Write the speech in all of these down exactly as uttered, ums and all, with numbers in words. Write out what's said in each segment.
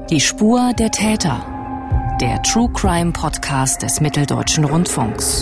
Die Spur der Täter. Der True Crime Podcast des Mitteldeutschen Rundfunks.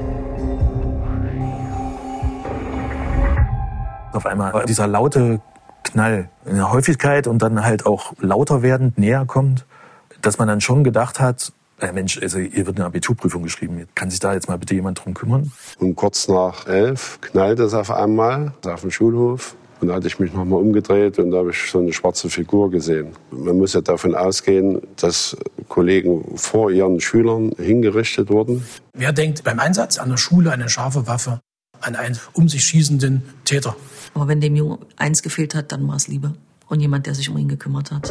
Auf einmal dieser laute Knall in der Häufigkeit und dann halt auch lauter werdend näher kommt, dass man dann schon gedacht hat, äh Mensch, also hier wird eine Abiturprüfung geschrieben, kann sich da jetzt mal bitte jemand drum kümmern? Und kurz nach elf knallte es auf einmal auf dem Schulhof. Und da hatte ich mich nochmal umgedreht und da habe ich so eine schwarze Figur gesehen. Man muss ja davon ausgehen, dass Kollegen vor ihren Schülern hingerichtet wurden. Wer denkt beim Einsatz an der Schule eine scharfe Waffe an einen um sich schießenden Täter? Aber wenn dem Jungen eins gefehlt hat, dann war es Liebe und jemand, der sich um ihn gekümmert hat.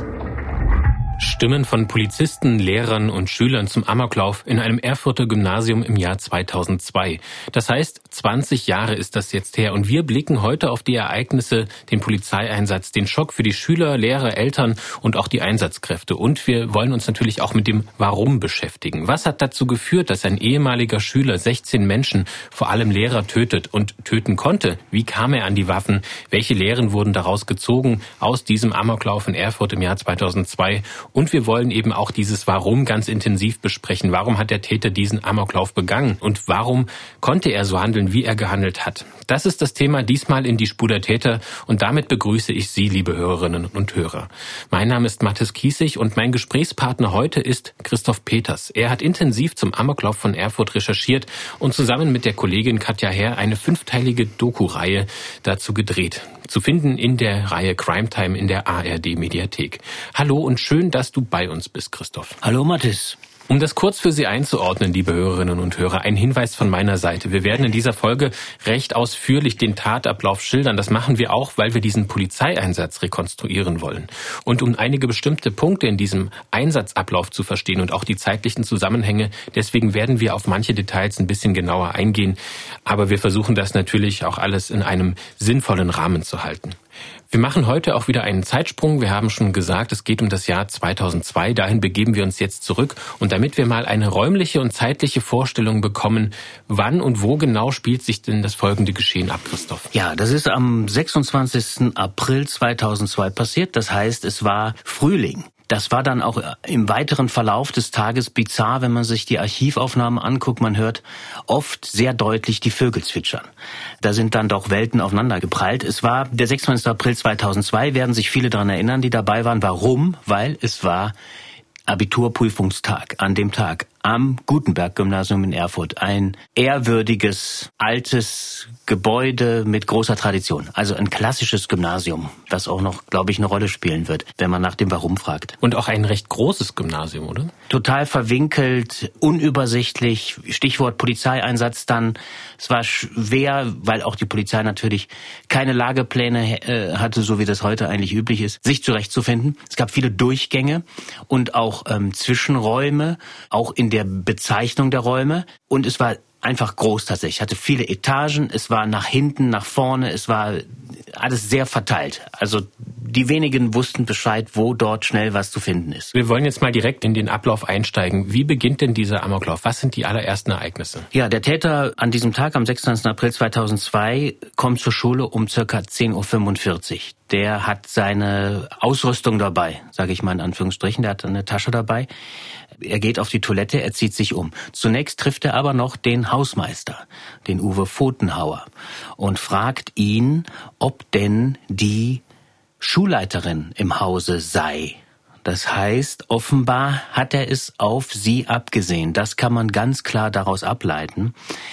Stimmen von Polizisten, Lehrern und Schülern zum Amoklauf in einem Erfurter Gymnasium im Jahr zweitausendzwei. Das heißt, zwanzig Jahre ist das jetzt her und wir blicken heute auf die Ereignisse, den Polizeieinsatz, den Schock für die Schüler, Lehrer, Eltern und auch die Einsatzkräfte. Und wir wollen uns natürlich auch mit dem Warum beschäftigen. Was hat dazu geführt, dass ein ehemaliger Schüler sechzehn Menschen, vor allem Lehrer, tötet und töten konnte? Wie kam er an die Waffen? Welche Lehren wurden daraus gezogen aus diesem Amoklauf in Erfurt im Jahr zweitausendzwei? Und wir wollen eben auch dieses Warum ganz intensiv besprechen. Warum hat der Täter diesen Amoklauf begangen? Und warum konnte er so handeln, wie er gehandelt hat? Das ist das Thema diesmal in die Spur der Täter. Und damit begrüße ich Sie, liebe Hörerinnen und Hörer. Mein Name ist Mathis Kiesig und mein Gesprächspartner heute ist Christoph Peters. Er hat intensiv zum Amoklauf von Erfurt recherchiert und zusammen mit der Kollegin Katja Herr eine fünfteilige Doku-Reihe dazu gedreht. Zu finden in der Reihe Crime Time in der A R D-Mediathek. Hallo und schön, dass du bei uns bist, Christoph. Hallo, Mathis. Um das kurz für Sie einzuordnen, liebe Hörerinnen und Hörer, ein Hinweis von meiner Seite. Wir werden in dieser Folge recht ausführlich den Tatablauf schildern. Das machen wir auch, weil wir diesen Polizeieinsatz rekonstruieren wollen. Und um einige bestimmte Punkte in diesem Einsatzablauf zu verstehen und auch die zeitlichen Zusammenhänge, deswegen werden wir auf manche Details ein bisschen genauer eingehen. Aber wir versuchen das natürlich auch alles in einem sinnvollen Rahmen zu halten. Wir machen heute auch wieder einen Zeitsprung. Wir haben schon gesagt, es geht um das Jahr zweitausendzwei. Dahin begeben wir uns jetzt zurück. Und damit wir mal eine räumliche und zeitliche Vorstellung bekommen, wann und wo genau spielt sich denn das folgende Geschehen ab, Christoph? Ja, das ist am sechsundzwanzigsten April zweitausendzwei passiert. Das heißt, es war Frühling. Das war dann auch im weiteren Verlauf des Tages bizarr, wenn man sich die Archivaufnahmen anguckt. Man hört oft sehr deutlich die Vögel zwitschern. Da sind dann doch Welten aufeinander geprallt. Es war der sechsundzwanzigsten April zweitausendzwei, werden sich viele daran erinnern, die dabei waren. Warum? Weil es war Abiturprüfungstag an dem Tag am Gutenberg-Gymnasium in Erfurt. Ein ehrwürdiges, altes Gebäude mit großer Tradition. Also ein klassisches Gymnasium, was auch noch, glaube ich, eine Rolle spielen wird, wenn man nach dem Warum fragt. Und auch ein recht großes Gymnasium, oder? Total verwinkelt, unübersichtlich. Stichwort Polizeieinsatz dann. Es war schwer, weil auch die Polizei natürlich keine Lagepläne äh, hatte, so wie das heute eigentlich üblich ist, sich zurechtzufinden. Es gab viele Durchgänge und auch ähm, Zwischenräume, auch in der Bezeichnung der Räume. Und es war einfach groß tatsächlich. Hatte viele Etagen, es war nach hinten, nach vorne, es war alles sehr verteilt. Also die wenigen wussten Bescheid, wo dort schnell was zu finden ist. Wir wollen jetzt mal direkt in den Ablauf einsteigen. Wie beginnt denn dieser Amoklauf? Was sind die allerersten Ereignisse? Ja, der Täter an diesem Tag, am sechsundzwanzigsten April zweitausendzwei, kommt zur Schule um circa zehn Uhr fünfundvierzig. Der hat seine Ausrüstung dabei, sage ich mal in Anführungsstrichen. Der hat eine Tasche dabei. Er geht auf die Toilette, er zieht sich um. Zunächst trifft er aber noch den Hausmeister, den Uwe Pfotenhauer, und fragt ihn, ob denn die Schulleiterin im Hause sei. Das heißt, offenbar hat er es auf sie abgesehen. Das kann man ganz klar daraus ableiten.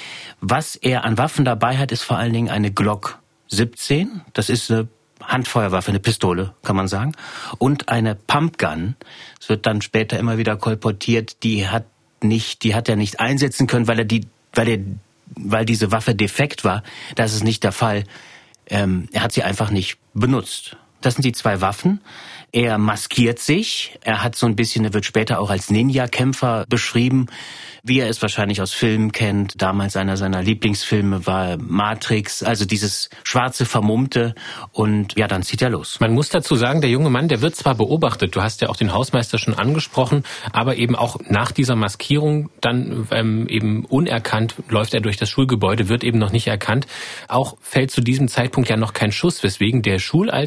Was er an Waffen dabei hat, ist vor allen Dingen eine Glock siebzehn. Das ist eine Handfeuerwaffe, eine Pistole, kann man sagen. Und eine Pumpgun. Es wird dann später immer wieder kolportiert, die hat nicht, die hat er nicht einsetzen können, weil er die, weil er, weil diese Waffe defekt war. Das ist nicht der Fall. Ähm, er hat sie einfach nicht benutzt. Das sind die zwei Waffen. Er maskiert sich. Er hat so ein bisschen, er wird später auch als Ninja-Kämpfer beschrieben, wie er es wahrscheinlich aus Filmen kennt. Damals einer seiner Lieblingsfilme war Matrix, also dieses schwarze Vermummte. Und ja, dann zieht er los. Man muss dazu sagen, der junge Mann, der wird zwar beobachtet, du hast ja auch den Hausmeister schon angesprochen, aber eben auch nach dieser Maskierung dann ähm, eben unerkannt läuft er durch das Schulgebäude, wird eben noch nicht erkannt. Auch fällt zu diesem Zeitpunkt ja noch kein Schuss, weswegen der Schulalltag erst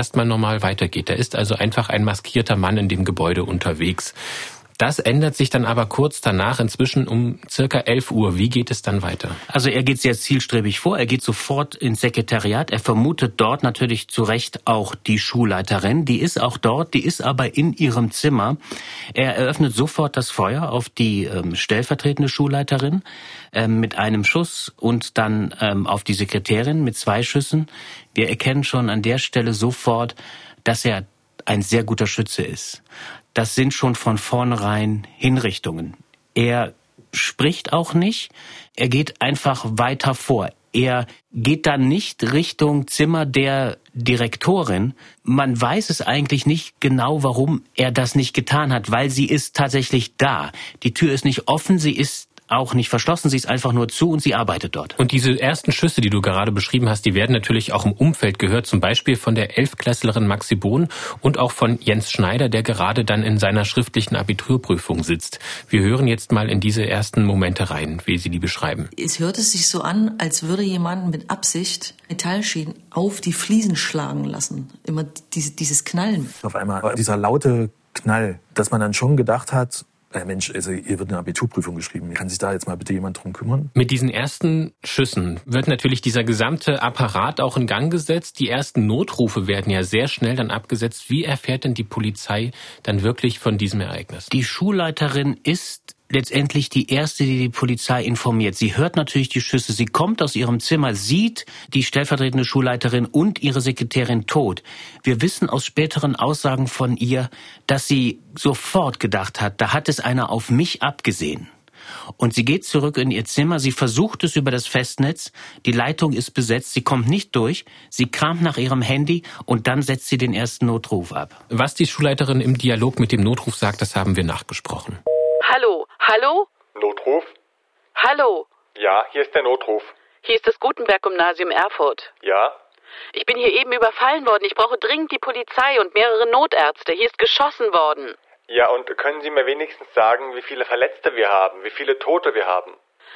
erstmal normal weitergeht. Da ist also einfach ein maskierter Mann in dem Gebäude unterwegs. Das ändert sich dann aber kurz danach, inzwischen um circa elf Uhr. Wie geht es dann weiter? Also er geht sehr zielstrebig vor. Er geht sofort ins Sekretariat. Er vermutet dort natürlich zu Recht auch die Schulleiterin. Die ist auch dort, die ist aber in ihrem Zimmer. Er eröffnet sofort das Feuer auf die ähm, stellvertretende Schulleiterin ähm, mit einem Schuss und dann ähm, auf die Sekretärin mit zwei Schüssen. Wir erkennen schon an der Stelle sofort, dass er ein sehr guter Schütze ist. Das sind schon von vornherein Hinrichtungen. Er spricht auch nicht, er geht einfach weiter vor. Er geht dann nicht Richtung Zimmer der Direktorin. Man weiß es eigentlich nicht genau, warum er das nicht getan hat, weil sie ist tatsächlich da. Die Tür ist nicht offen, sie ist auch nicht verschlossen, sie ist einfach nur zu und sie arbeitet dort. Und diese ersten Schüsse, die du gerade beschrieben hast, die werden natürlich auch im Umfeld gehört, zum Beispiel von der Elfklässlerin Maxi Bohn und auch von Jens Schneider, der gerade dann in seiner schriftlichen Abiturprüfung sitzt. Wir hören jetzt mal in diese ersten Momente rein, wie sie die beschreiben. Es hörte sich so an, als würde jemand mit Absicht Metallschienen auf die Fliesen schlagen lassen. Immer diese, dieses Knallen. Auf einmal dieser laute Knall, dass man dann schon gedacht hat, Äh, Mensch, also hier wird eine Abiturprüfung geschrieben. Kann sich da jetzt mal bitte jemand drum kümmern? Mit diesen ersten Schüssen wird natürlich dieser gesamte Apparat auch in Gang gesetzt. Die ersten Notrufe werden ja sehr schnell dann abgesetzt. Wie erfährt denn die Polizei dann wirklich von diesem Ereignis? Die Schulleiterin ist letztendlich die erste, die die Polizei informiert. Sie hört natürlich die Schüsse. Sie kommt aus ihrem Zimmer, sieht die stellvertretende Schulleiterin und ihre Sekretärin tot. Wir wissen aus späteren Aussagen von ihr, dass sie sofort gedacht hat, da hat es einer auf mich abgesehen. Und sie geht zurück in ihr Zimmer, sie versucht es über das Festnetz, die Leitung ist besetzt, sie kommt nicht durch, sie kramt nach ihrem Handy und dann setzt sie den ersten Notruf ab. Was die Schulleiterin im Dialog mit dem Notruf sagt, das haben wir nachgesprochen. Hallo, hallo? Notruf? Hallo? Ja, hier ist der Notruf. Hier ist das Gutenberg-Gymnasium Erfurt. Ja? Ich bin hier eben überfallen worden. Ich brauche dringend die Polizei und mehrere Notärzte. Hier ist geschossen worden. Ja, und können Sie mir wenigstens sagen, wie viele Verletzte wir haben, wie viele Tote wir haben?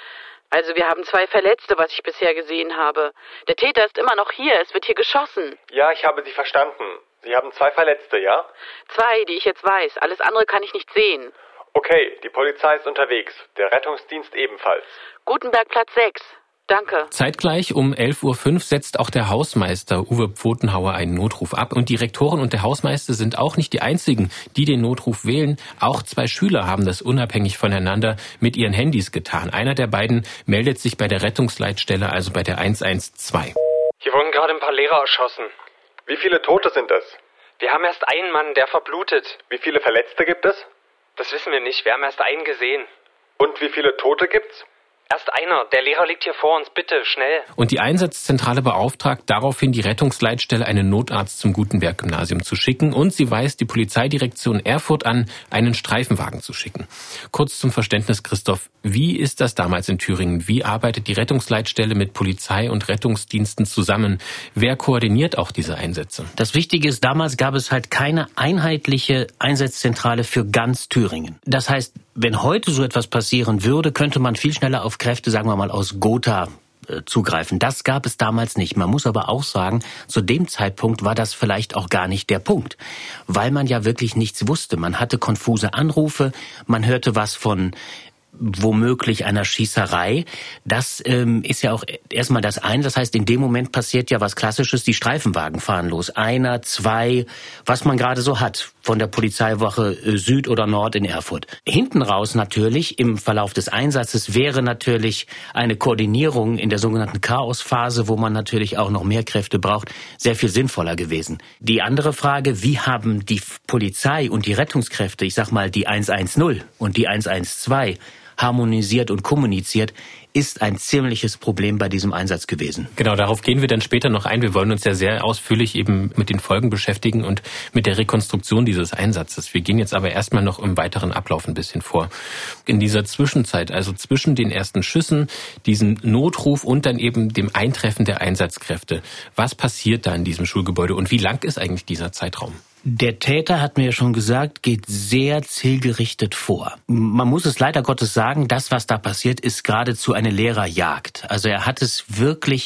Also wir haben zwei Verletzte, was ich bisher gesehen habe. Der Täter ist immer noch hier. Es wird hier geschossen. Ja, ich habe Sie verstanden. Sie haben zwei Verletzte, ja? Zwei, die ich jetzt weiß. Alles andere kann ich nicht sehen. Okay, die Polizei ist unterwegs. Der Rettungsdienst ebenfalls. Gutenberg, Platz sechs. Danke. Zeitgleich um elf Uhr fünf setzt auch der Hausmeister Uwe Pfotenhauer einen Notruf ab. Und die Rektorin und der Hausmeister sind auch nicht die einzigen, die den Notruf wählen. Auch zwei Schüler haben das unabhängig voneinander mit ihren Handys getan. Einer der beiden meldet sich bei der Rettungsleitstelle, also bei der eins eins zwei. Hier wurden gerade ein paar Lehrer erschossen. Wie viele Tote sind es? Wir haben erst einen Mann, der verblutet. Wie viele Verletzte gibt es? Das wissen wir nicht. Wir haben erst einen gesehen. Und wie viele Tote gibt's? Erst einer. Der Lehrer liegt hier vor uns. Bitte, schnell. Und die Einsatzzentrale beauftragt daraufhin die Rettungsleitstelle, einen Notarzt zum Gutenberg-Gymnasium zu schicken. Und sie weist die Polizeidirektion Erfurt an, einen Streifenwagen zu schicken. Kurz zum Verständnis, Christoph. Wie ist das damals in Thüringen? Wie arbeitet die Rettungsleitstelle mit Polizei und Rettungsdiensten zusammen? Wer koordiniert auch diese Einsätze? Das Wichtige ist, damals gab es halt keine einheitliche Einsatzzentrale für ganz Thüringen. Das heißt, wenn heute so etwas passieren würde, könnte man viel schneller auf Kräfte, sagen wir mal, aus Gotha äh, zugreifen. Das gab es damals nicht. Man muss aber auch sagen, zu dem Zeitpunkt war das vielleicht auch gar nicht der Punkt, weil man ja wirklich nichts wusste. Man hatte konfuse Anrufe, man hörte was von womöglich einer Schießerei. Das ähm, ist ja auch erstmal das eine. Das heißt, in dem Moment passiert ja was Klassisches. Die Streifenwagen fahren los. Einer, zwei, was man gerade so hat von der Polizeiwache äh, Süd oder Nord in Erfurt. Hinten raus natürlich, im Verlauf des Einsatzes, wäre natürlich eine Koordinierung in der sogenannten Chaosphase, wo man natürlich auch noch mehr Kräfte braucht, sehr viel sinnvoller gewesen. Die andere Frage, wie haben die Polizei und die Rettungskräfte, ich sag mal die eins eins null und die eins eins zwei, harmonisiert und kommuniziert, ist ein ziemliches Problem bei diesem Einsatz gewesen. Genau, darauf gehen wir dann später noch ein. Wir wollen uns ja sehr ausführlich eben mit den Folgen beschäftigen und mit der Rekonstruktion dieses Einsatzes. Wir gehen jetzt aber erstmal noch im weiteren Ablauf ein bisschen vor. In dieser Zwischenzeit, also zwischen den ersten Schüssen, diesem Notruf und dann eben dem Eintreffen der Einsatzkräfte, was passiert da in diesem Schulgebäude und wie lang ist eigentlich dieser Zeitraum? Der Täter, hat mir ja schon gesagt, geht sehr zielgerichtet vor. Man muss es leider Gottes sagen, das, was da passiert, ist geradezu eine Lehrerjagd. Also er hat es wirklich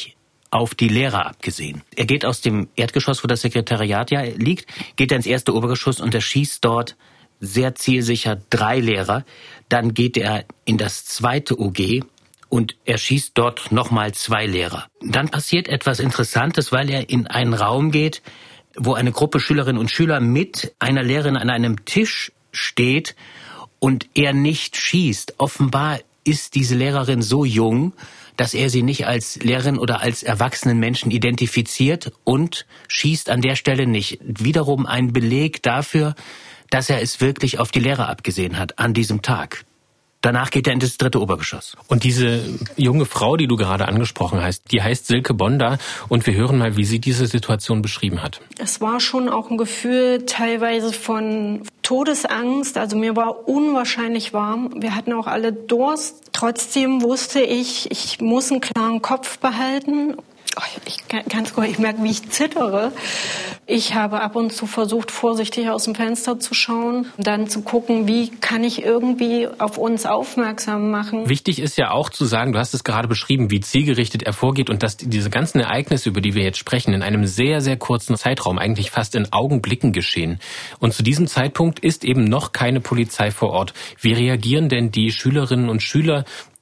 auf die Lehrer abgesehen. Er geht aus dem Erdgeschoss, wo das Sekretariat ja liegt, geht er ins erste Obergeschoss und er schießt dort sehr zielsicher drei Lehrer. Dann geht er in das zweite O G und er schießt dort nochmal zwei Lehrer. Dann passiert etwas Interessantes, weil er in einen Raum geht, wo eine Gruppe Schülerinnen und Schüler mit einer Lehrerin an einem Tisch steht und er nicht schießt. Offenbar ist diese Lehrerin so jung, dass er sie nicht als Lehrerin oder als erwachsenen Menschen identifiziert und schießt an der Stelle nicht. Wiederum ein Beleg dafür, dass er es wirklich auf die Lehrer abgesehen hat an diesem Tag. Danach geht er in das dritte Obergeschoss. Und diese junge Frau, die du gerade angesprochen hast, die heißt Silke Bonder. Und wir hören mal, wie sie diese Situation beschrieben hat. Es war schon auch ein Gefühl teilweise von Todesangst. Also mir war unwahrscheinlich warm. Wir hatten auch alle Durst. Trotzdem wusste ich, ich muss einen klaren Kopf behalten. Ich, ganz kurz, ich merke, wie ich zittere. Ich habe ab und zu versucht, vorsichtig aus dem Fenster zu schauen, dann zu gucken, wie kann ich irgendwie auf uns aufmerksam machen. Wichtig ist ja auch zu sagen, du hast es gerade beschrieben, wie zielgerichtet er vorgeht und dass diese ganzen Ereignisse, über die wir jetzt sprechen, in einem sehr, sehr kurzen Zeitraum, eigentlich fast in Augenblicken geschehen. Und zu diesem Zeitpunkt ist eben noch keine Polizei vor Ort. Wie reagieren denn die Schülerinnen und Schüler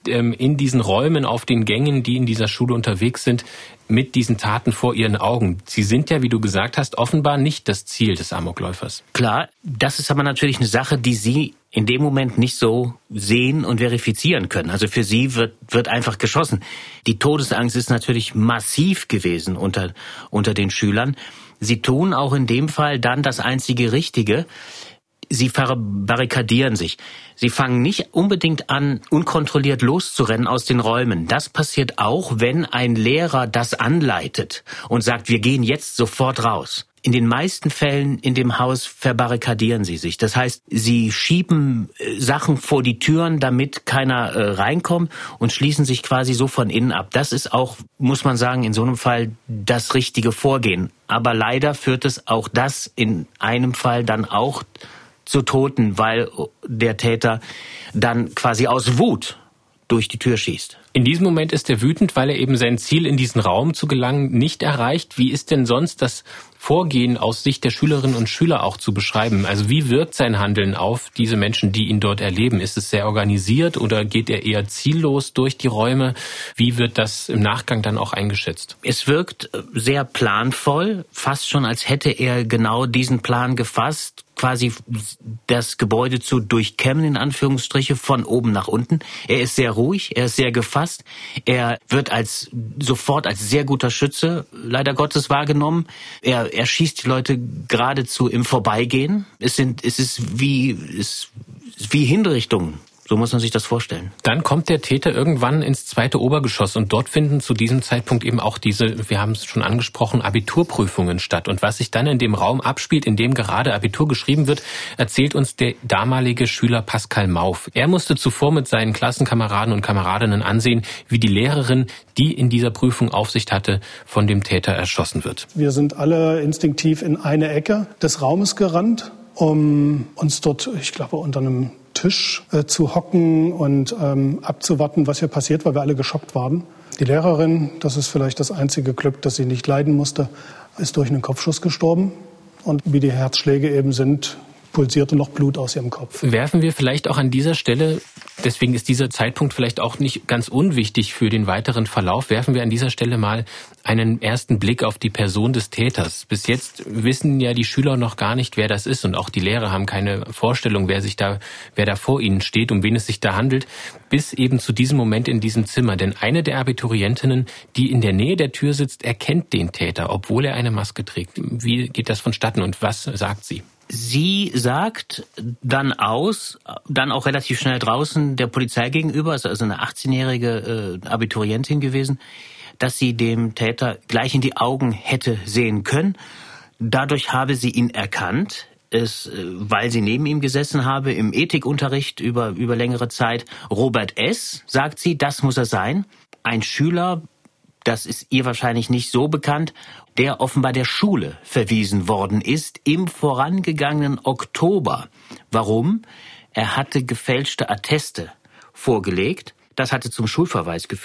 in diesen Räumen, auf den Gängen, die in dieser Schule unterwegs sind, mit diesen Taten vor ihren Augen? Sie sind ja, wie du gesagt hast, offenbar nicht das Ziel des Amokläufers. Klar, das ist aber natürlich eine Sache, die Sie in dem Moment nicht so sehen und verifizieren können. Also für Sie wird, wird einfach geschossen. Die Todesangst ist natürlich massiv gewesen unter, unter den Schülern. Sie tun auch in dem Fall dann das einzige Richtige. Sie verbarrikadieren sich. Sie fangen nicht unbedingt an, unkontrolliert loszurennen aus den Räumen. Das passiert auch, wenn ein Lehrer das anleitet und sagt, wir gehen jetzt sofort raus. In den meisten Fällen in dem Haus verbarrikadieren sie sich. Das heißt, sie schieben Sachen vor die Türen, damit keiner äh, reinkommt und schließen sich quasi so von innen ab. Das ist auch, muss man sagen, in so einem Fall das richtige Vorgehen. Aber leider führt es auch das in einem Fall dann auch zu Toten, weil der Täter dann quasi aus Wut durch die Tür schießt. In diesem Moment ist er wütend, weil er eben sein Ziel, in diesen Raum zu gelangen, nicht erreicht. Wie ist denn sonst das Vorgehen aus Sicht der Schülerinnen und Schüler auch zu beschreiben? Also wie wirkt sein Handeln auf diese Menschen, die ihn dort erleben? Ist es sehr organisiert oder geht er eher ziellos durch die Räume? Wie wird das im Nachgang dann auch eingeschätzt? Es wirkt sehr planvoll, fast schon als hätte er genau diesen Plan gefasst, quasi das Gebäude zu durchkämmen, in Anführungsstriche, von oben nach unten. Er ist sehr ruhig, er ist sehr gefasst. Er wird als sofort als sehr guter Schütze, leider Gottes, wahrgenommen. Er, er schießt die Leute geradezu im Vorbeigehen. Es sind, es ist wie, es ist wie Hinrichtungen. So muss man sich das vorstellen. Dann kommt der Täter irgendwann ins zweite Obergeschoss und dort finden zu diesem Zeitpunkt eben auch diese, wir haben es schon angesprochen, Abiturprüfungen statt. Und was sich dann in dem Raum abspielt, in dem gerade Abitur geschrieben wird, erzählt uns der damalige Schüler Pascal Mauf. Er musste zuvor mit seinen Klassenkameraden und Kameradinnen ansehen, wie die Lehrerin, die in dieser Prüfung Aufsicht hatte, von dem Täter erschossen wird. Wir sind alle instinktiv in eine Ecke des Raumes gerannt, um uns dort, ich glaube, unter einem Tisch äh, zu hocken und ähm, abzuwarten, was hier passiert, weil wir alle geschockt waren. Die Lehrerin, das ist vielleicht das einzige Glück, dass sie nicht leiden musste, ist durch einen Kopfschuss gestorben. Und wie die Herzschläge eben sind, pulsierte noch Blut aus ihrem Kopf. Werfen wir vielleicht auch an dieser Stelle, deswegen ist dieser Zeitpunkt vielleicht auch nicht ganz unwichtig für den weiteren Verlauf, werfen wir an dieser Stelle mal einen ersten Blick auf die Person des Täters. Bis jetzt wissen ja die Schüler noch gar nicht, wer das ist und auch die Lehrer haben keine Vorstellung, wer sich da, wer da vor ihnen steht, um wen es sich da handelt, bis eben zu diesem Moment in diesem Zimmer. Denn eine der Abiturientinnen, die in der Nähe der Tür sitzt, erkennt den Täter, obwohl er eine Maske trägt. Wie geht das vonstatten und was sagt sie? Sie sagt dann aus, dann auch relativ schnell draußen der Polizei gegenüber, ist also eine achtzehnjährige äh, Abiturientin gewesen, dass sie dem Täter gleich in die Augen hätte sehen können. Dadurch habe sie ihn erkannt, es, weil sie neben ihm gesessen habe im Ethikunterricht über, über längere Zeit. Robert S., sagt sie, das muss er sein. Ein Schüler, das ist ihr wahrscheinlich nicht so bekannt, der offenbar der Schule verwiesen worden ist im vorangegangenen Oktober. Warum? Er hatte gefälschte Atteste vorgelegt. Das hatte zum Schulverweis geführt.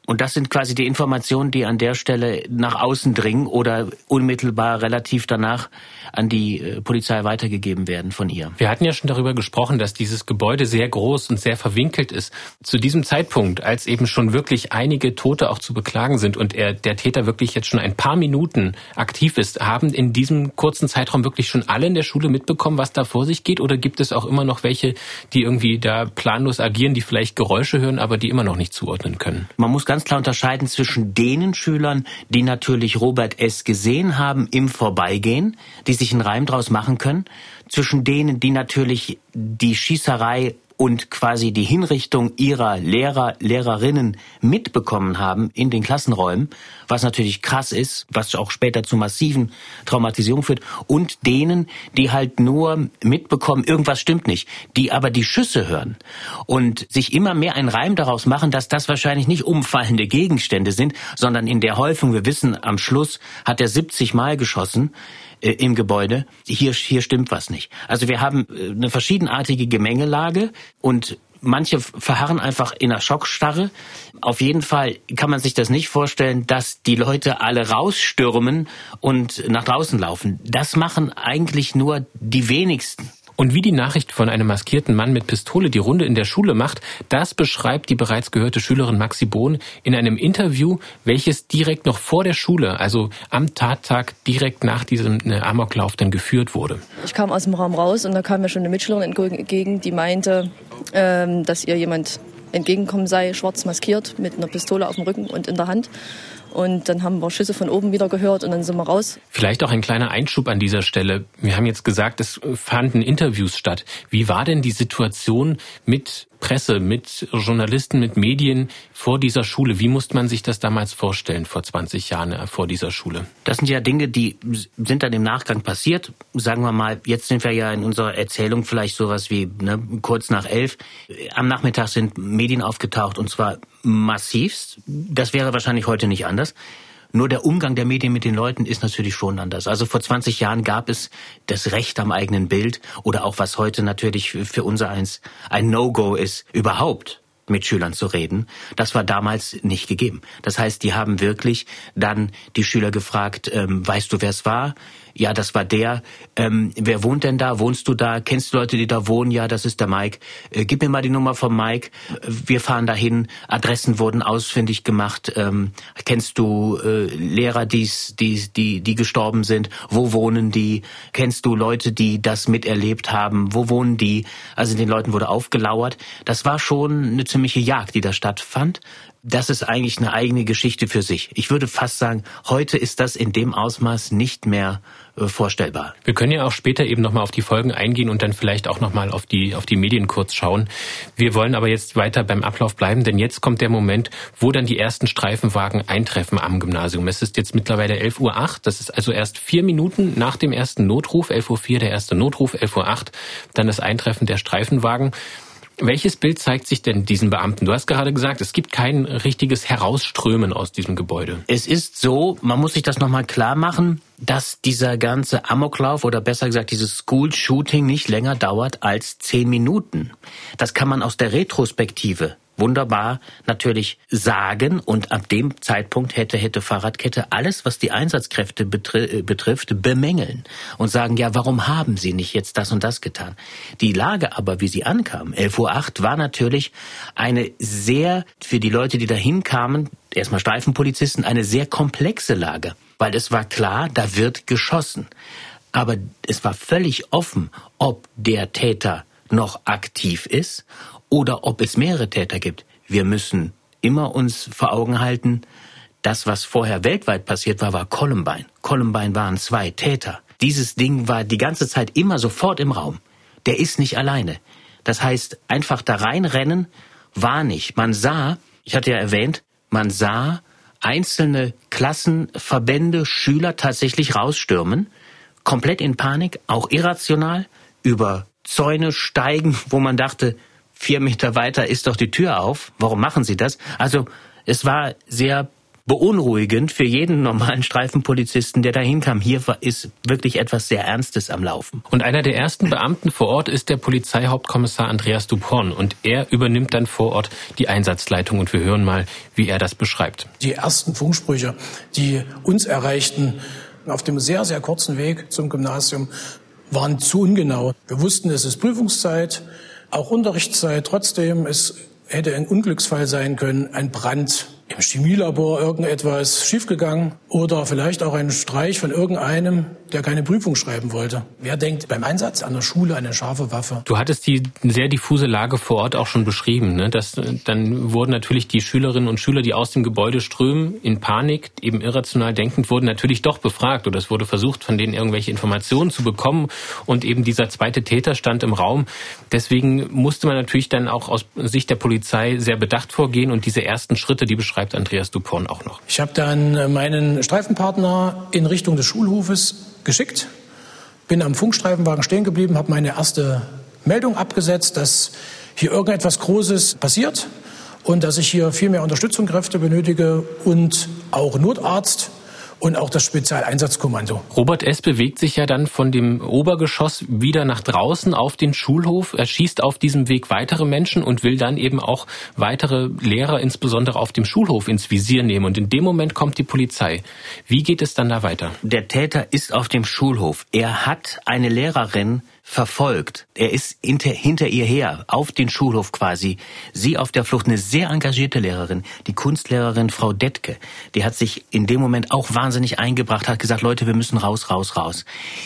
Und das sind quasi die Informationen, die an der Stelle nach außen dringen oder unmittelbar relativ danach an die äh, Polizei weitergegeben werden von ihr. Wir hatten ja schon darüber gesprochen, dass dieses Gebäude sehr groß und sehr verwinkelt ist. Zu diesem Zeitpunkt, als eben schon wirklich einige Tote auch zu beklagen sind und er, der Täter wirklich jetzt schon ein paar Minuten aktiv ist, haben in diesem kurzen Zeitraum wirklich schon alle in der Schule mitbekommen, was da vor sich geht? Oder gibt es auch immer noch welche, die irgendwie da planlos agieren, die vielleicht Geräusche hören, aber die immer noch nicht zuordnen können? Man muss ganz klar unterscheiden zwischen denen Schülern, die natürlich Robert S. gesehen haben im Vorbeigehen, die sich einen Reim draus machen können, zwischen denen, die natürlich die Schießerei und quasi die Hinrichtung ihrer Lehrer, Lehrerinnen mitbekommen haben in den Klassenräumen, was natürlich krass ist, was auch später zu massiven Traumatisierungen führt, und denen, die halt nur mitbekommen, irgendwas stimmt nicht, die aber die Schüsse hören und sich immer mehr einen Reim daraus machen, dass das wahrscheinlich nicht umfallende Gegenstände sind, sondern in der Häufung, wir wissen, am Schluss hat er siebzig Mal geschossen, im Gebäude, hier, hier stimmt was nicht. Also wir haben eine verschiedenartige Gemengelage und manche verharren einfach in einer Schockstarre. Auf jeden Fall kann man sich das nicht vorstellen, dass die Leute alle rausstürmen und nach draußen laufen. Das machen eigentlich nur die wenigsten. Und wie die Nachricht von einem maskierten Mann mit Pistole die Runde in der Schule macht, das beschreibt die bereits gehörte Schülerin Maxi Bohn in einem Interview, welches direkt noch vor der Schule, also am Tattag direkt nach diesem Amoklauf dann geführt wurde. Ich kam aus dem Raum raus und da kam mir schon eine Mitschülerin entgegen, die meinte, ähm, dass ihr jemand entgegenkommen sei, schwarz maskiert, mit einer Pistole auf dem Rücken und in der Hand. Und dann haben wir Schüsse von oben wieder gehört und dann sind wir raus. Vielleicht auch ein kleiner Einschub an dieser Stelle. Wir haben jetzt gesagt, es fanden Interviews statt. Wie war denn die Situation mit Presse, mit Journalisten, mit Medien vor dieser Schule? Wie musste man sich das damals vorstellen, vor zwanzig Jahren vor dieser Schule? Das sind ja Dinge, die sind dann im Nachgang passiert. Sagen wir mal, jetzt sind wir ja in unserer Erzählung vielleicht sowas wie ne, kurz nach elf. Am Nachmittag sind Medien aufgetaucht und zwar massivst. Das wäre wahrscheinlich heute nicht anders. Nur der Umgang der Medien mit den Leuten ist natürlich schon anders. Also vor zwanzig Jahren gab es das Recht am eigenen Bild oder auch was heute natürlich für unser eins ein No-Go ist, überhaupt mit Schülern zu reden. Das war damals nicht gegeben. Das heißt, die haben wirklich dann die Schüler gefragt, ähm, weißt du, wer es war? Ja, das war der. Ähm, wer wohnt denn da? Wohnst du da? Kennst du Leute, die da wohnen? Ja, das ist der Mike. Äh, gib mir mal die Nummer vom Mike. Wir fahren dahin. Adressen wurden ausfindig gemacht. Ähm, kennst du äh, Lehrer, die's, die, die, die gestorben sind? Wo wohnen die? Kennst du Leute, die das miterlebt haben? Wo wohnen die? Also den Leuten wurde aufgelauert. Das war schon eine ziemliche Jagd, die da stattfand. Das ist eigentlich eine eigene Geschichte für sich. Ich würde fast sagen, heute ist das in dem Ausmaß nicht mehr äh, vorstellbar. Wir können ja auch später eben nochmal auf die Folgen eingehen und dann vielleicht auch nochmal auf die, auf die Medien kurz schauen. Wir wollen aber jetzt weiter beim Ablauf bleiben, denn jetzt kommt der Moment, wo dann die ersten Streifenwagen eintreffen am Gymnasium. Es ist jetzt mittlerweile elf Uhr acht, das ist also erst vier Minuten nach dem ersten Notruf, elf Uhr vier der erste Notruf, elf Uhr acht dann das Eintreffen der Streifenwagen. Welches Bild zeigt sich denn diesen Beamten? Du hast gerade gesagt, es gibt kein richtiges Herausströmen aus diesem Gebäude. Es ist so, man muss sich das nochmal klar machen, dass dieser ganze Amoklauf oder besser gesagt dieses School-Shooting nicht länger dauert als zehn Minuten. Das kann man aus der Retrospektive wunderbar natürlich sagen und ab dem Zeitpunkt hätte, hätte Fahrradkette alles, was die Einsatzkräfte betri- betrifft, bemängeln und sagen, ja, warum haben sie nicht jetzt das und das getan? Die Lage aber, wie sie ankam, elf Uhr acht, war natürlich eine sehr, für die Leute, die dahin kamen, erstmal Streifenpolizisten, eine sehr komplexe Lage, weil es war klar, da wird geschossen. Aber es war völlig offen, ob der Täter noch aktiv ist oder ob es mehrere Täter gibt. Wir müssen immer uns vor Augen halten, das, was vorher weltweit passiert war, war Columbine. Columbine waren zwei Täter. Dieses Ding war die ganze Zeit immer sofort im Raum. Der ist nicht alleine. Das heißt, einfach da reinrennen war nicht. Man sah, ich hatte ja erwähnt, man sah einzelne Klassenverbände, Schüler tatsächlich rausstürmen, komplett in Panik, auch irrational, über Zäune steigen, wo man dachte, vier Meter weiter ist doch die Tür auf. Warum machen sie das? Also es war sehr beunruhigend für jeden normalen Streifenpolizisten, der da hinkam. Hier ist wirklich etwas sehr Ernstes am Laufen. Und einer der ersten Beamten vor Ort ist der Polizeihauptkommissar Andreas Dupont. Und er übernimmt dann vor Ort die Einsatzleitung. Und wir hören mal, wie er das beschreibt. Die ersten Funksprüche, die uns erreichten, auf dem sehr, sehr kurzen Weg zum Gymnasium, waren zu ungenau. Wir wussten, es ist Prüfungszeit, auch Unterrichtszeit. Trotzdem, es hätte ein Unglücksfall sein können, ein Brand im Chemielabor, irgendetwas schiefgegangen oder vielleicht auch ein Streich von irgendeinem, der keine Prüfung schreiben wollte. Wer denkt beim Einsatz an der Schule eine scharfe Waffe? Du hattest die sehr diffuse Lage vor Ort auch schon beschrieben, ne? Das, dann wurden natürlich die Schülerinnen und Schüler, die aus dem Gebäude strömen, in Panik, eben irrational denkend, wurden natürlich doch befragt oder es wurde versucht, von denen irgendwelche Informationen zu bekommen und eben dieser zweite Täter stand im Raum. Deswegen musste man natürlich dann auch aus Sicht der Polizei sehr bedacht vorgehen und diese ersten Schritte, die beschreibt Andreas Dupont auch noch. Ich habe dann meinen Streifenpartner in Richtung des Schulhofes geschickt, bin am Funkstreifenwagen stehen geblieben, habe meine erste Meldung abgesetzt, dass hier irgendetwas Großes passiert und dass ich hier viel mehr Unterstützungskräfte benötige und auch Notarzt und auch das Spezialeinsatzkommando. Robert S. bewegt sich ja dann von dem Obergeschoss wieder nach draußen auf den Schulhof. Er schießt auf diesem Weg weitere Menschen und will dann eben auch weitere Lehrer, insbesondere auf dem Schulhof, ins Visier nehmen. Und in dem Moment kommt die Polizei. Wie geht es dann da weiter? Der Täter ist auf dem Schulhof. Er hat eine Lehrerin verfolgt. Er ist hinter, hinter ihr her, auf den Schulhof quasi. Sie auf der Flucht, eine sehr engagierte Lehrerin, die Kunstlehrerin Frau Detke. Die hat sich in dem Moment auch wahnsinnig eingebracht, hat gesagt, Leute, wir müssen raus, raus, raus.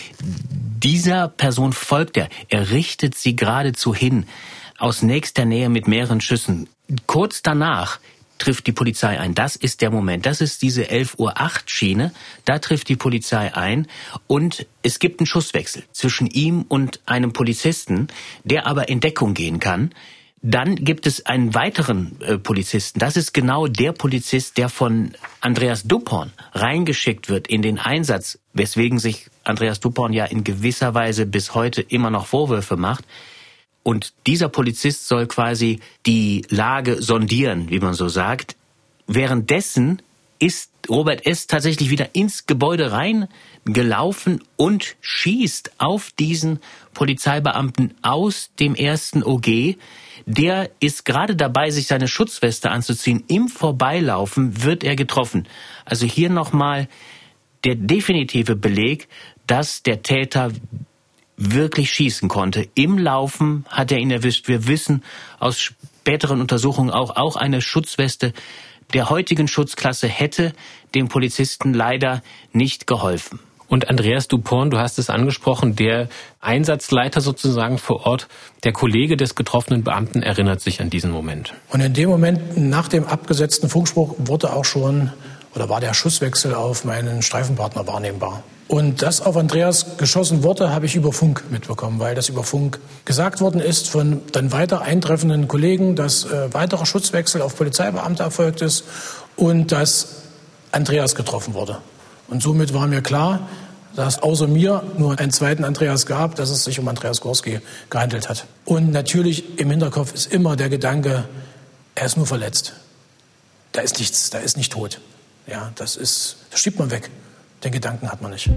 Dieser Person folgt er. Er richtet sie geradezu hin, aus nächster Nähe mit mehreren Schüssen. Kurz danach trifft die Polizei ein. Das ist der Moment. Das ist diese elf Uhr acht Schiene. Da trifft die Polizei ein und es gibt einen Schusswechsel zwischen ihm und einem Polizisten, der aber in Deckung gehen kann. Dann gibt es einen weiteren äh, Polizisten. Das ist genau der Polizist, der von Andreas Dupont reingeschickt wird in den Einsatz, weswegen sich Andreas Dupont ja in gewisser Weise bis heute immer noch Vorwürfe macht. Und dieser Polizist soll quasi die Lage sondieren, wie man so sagt. Währenddessen ist Robert S. tatsächlich wieder ins Gebäude reingelaufen und schießt auf diesen Polizeibeamten aus dem ersten O G. Der ist gerade dabei, sich seine Schutzweste anzuziehen. Im Vorbeilaufen wird er getroffen. Also hier nochmal der definitive Beleg, dass der Täter wirklich schießen konnte. Im Laufen hat er ihn erwischt. Wir wissen aus späteren Untersuchungen auch, auch eine Schutzweste der heutigen Schutzklasse hätte dem Polizisten leider nicht geholfen. Und Andreas Dupont, du hast es angesprochen, der Einsatzleiter sozusagen vor Ort, der Kollege des getroffenen Beamten erinnert sich an diesen Moment. Und in dem Moment, nach dem abgesetzten Funkspruch, wurde auch schon, oder war der Schusswechsel auf meinen Streifenpartner wahrnehmbar. Und dass auf Andreas geschossen wurde, habe ich über Funk mitbekommen, weil das über Funk gesagt worden ist von dann weiter eintreffenden Kollegen, dass äh, weiterer Schutzwechsel auf Polizeibeamte erfolgt ist und dass Andreas getroffen wurde. Und somit war mir klar, dass außer mir nur einen zweiten Andreas gab, dass es sich um Andreas Gorski gehandelt hat. Und natürlich im Hinterkopf ist immer der Gedanke, er ist nur verletzt. Da ist nichts, da ist nicht tot. Ja, das ist, das schiebt man weg. Den Gedanken hat man nicht.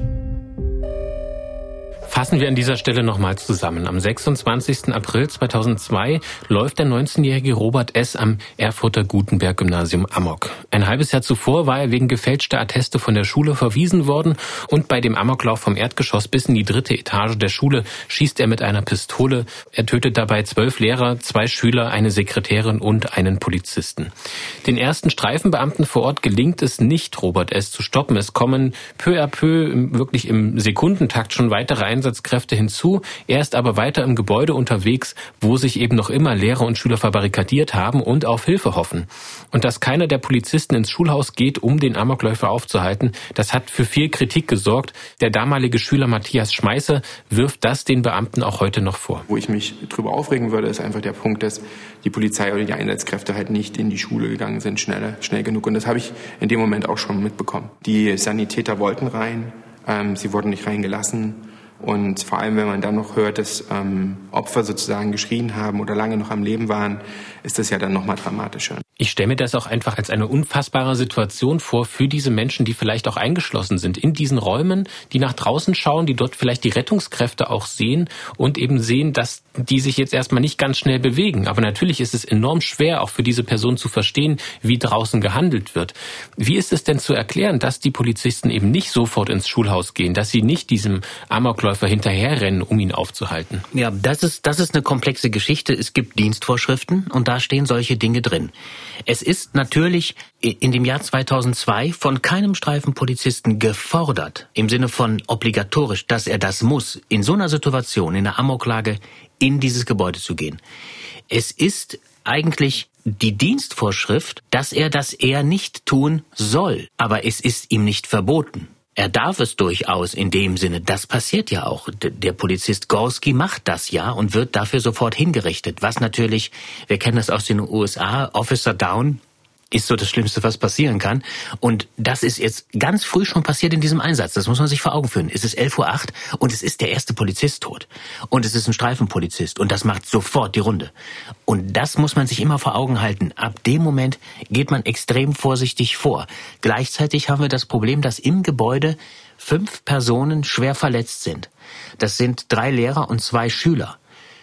Fassen wir an dieser Stelle nochmal zusammen. Am sechsundzwanzigsten April zweitausendzwei läuft der neunzehnjährige Robert S. am Erfurter Gutenberg-Gymnasium amok. Ein halbes Jahr zuvor war er wegen gefälschter Atteste von der Schule verwiesen worden und bei dem Amoklauf vom Erdgeschoss bis in die dritte Etage der Schule schießt er mit einer Pistole. Er tötet dabei zwölf Lehrer, zwei Schüler, eine Sekretärin und einen Polizisten. Den ersten Streifenbeamten vor Ort gelingt es nicht, Robert S. zu stoppen. Es kommen peu à peu, wirklich im Sekundentakt schon weitere Einsatzkräfte hinzu. Er ist aber weiter im Gebäude unterwegs, wo sich eben noch immer Lehrer und Schüler verbarrikadiert haben und auf Hilfe hoffen. Und dass keiner der Polizisten ins Schulhaus geht, um den Amokläufer aufzuhalten, das hat für viel Kritik gesorgt. Der damalige Schüler Matthias Schmeißer wirft das den Beamten auch heute noch vor. Wo ich mich drüber aufregen würde, ist einfach der Punkt, dass die Polizei oder die Einsatzkräfte halt nicht in die Schule gegangen sind, schneller, schnell genug. Und das habe ich in dem Moment auch schon mitbekommen. Die Sanitäter wollten rein, ähm, sie wurden nicht reingelassen. Und vor allem, wenn man dann noch hört, dass ähm, Opfer sozusagen geschrien haben oder lange noch am Leben waren, ist das ja dann noch mal dramatischer. Ich stelle mir das auch einfach als eine unfassbare Situation vor für diese Menschen, die vielleicht auch eingeschlossen sind in diesen Räumen, die nach draußen schauen, die dort vielleicht die Rettungskräfte auch sehen und eben sehen, dass die sich jetzt erstmal nicht ganz schnell bewegen. Aber natürlich ist es enorm schwer, auch für diese Person zu verstehen, wie draußen gehandelt wird. Wie ist es denn zu erklären, dass die Polizisten eben nicht sofort ins Schulhaus gehen, dass sie nicht diesem Amokläufer hinterherrennen, um ihn aufzuhalten? Ja, das ist, das ist eine komplexe Geschichte. Es gibt Dienstvorschriften und da stehen solche Dinge drin. Es ist natürlich in dem Jahr zweitausendzwei von keinem Streifenpolizisten gefordert, im Sinne von obligatorisch, dass er das muss, in so einer Situation, in einer Amoklage, in dieses Gebäude zu gehen. Es ist eigentlich die Dienstvorschrift, dass er das eher nicht tun soll, aber es ist ihm nicht verboten. Er darf es durchaus in dem Sinne, das passiert ja auch. Der Polizist Gorski macht das ja und wird dafür sofort hingerichtet. Was natürlich, wir kennen das aus den U S A, Officer Down ist so das Schlimmste, was passieren kann. Und das ist jetzt ganz früh schon passiert in diesem Einsatz. Das muss man sich vor Augen führen. Es ist elf Uhr acht und es ist der erste Polizist tot. Und es ist ein Streifenpolizist und das macht sofort die Runde. Und das muss man sich immer vor Augen halten. Ab dem Moment geht man extrem vorsichtig vor. Gleichzeitig haben wir das Problem, dass im Gebäude fünf Personen schwer verletzt sind. Das sind drei Lehrer und zwei Schüler.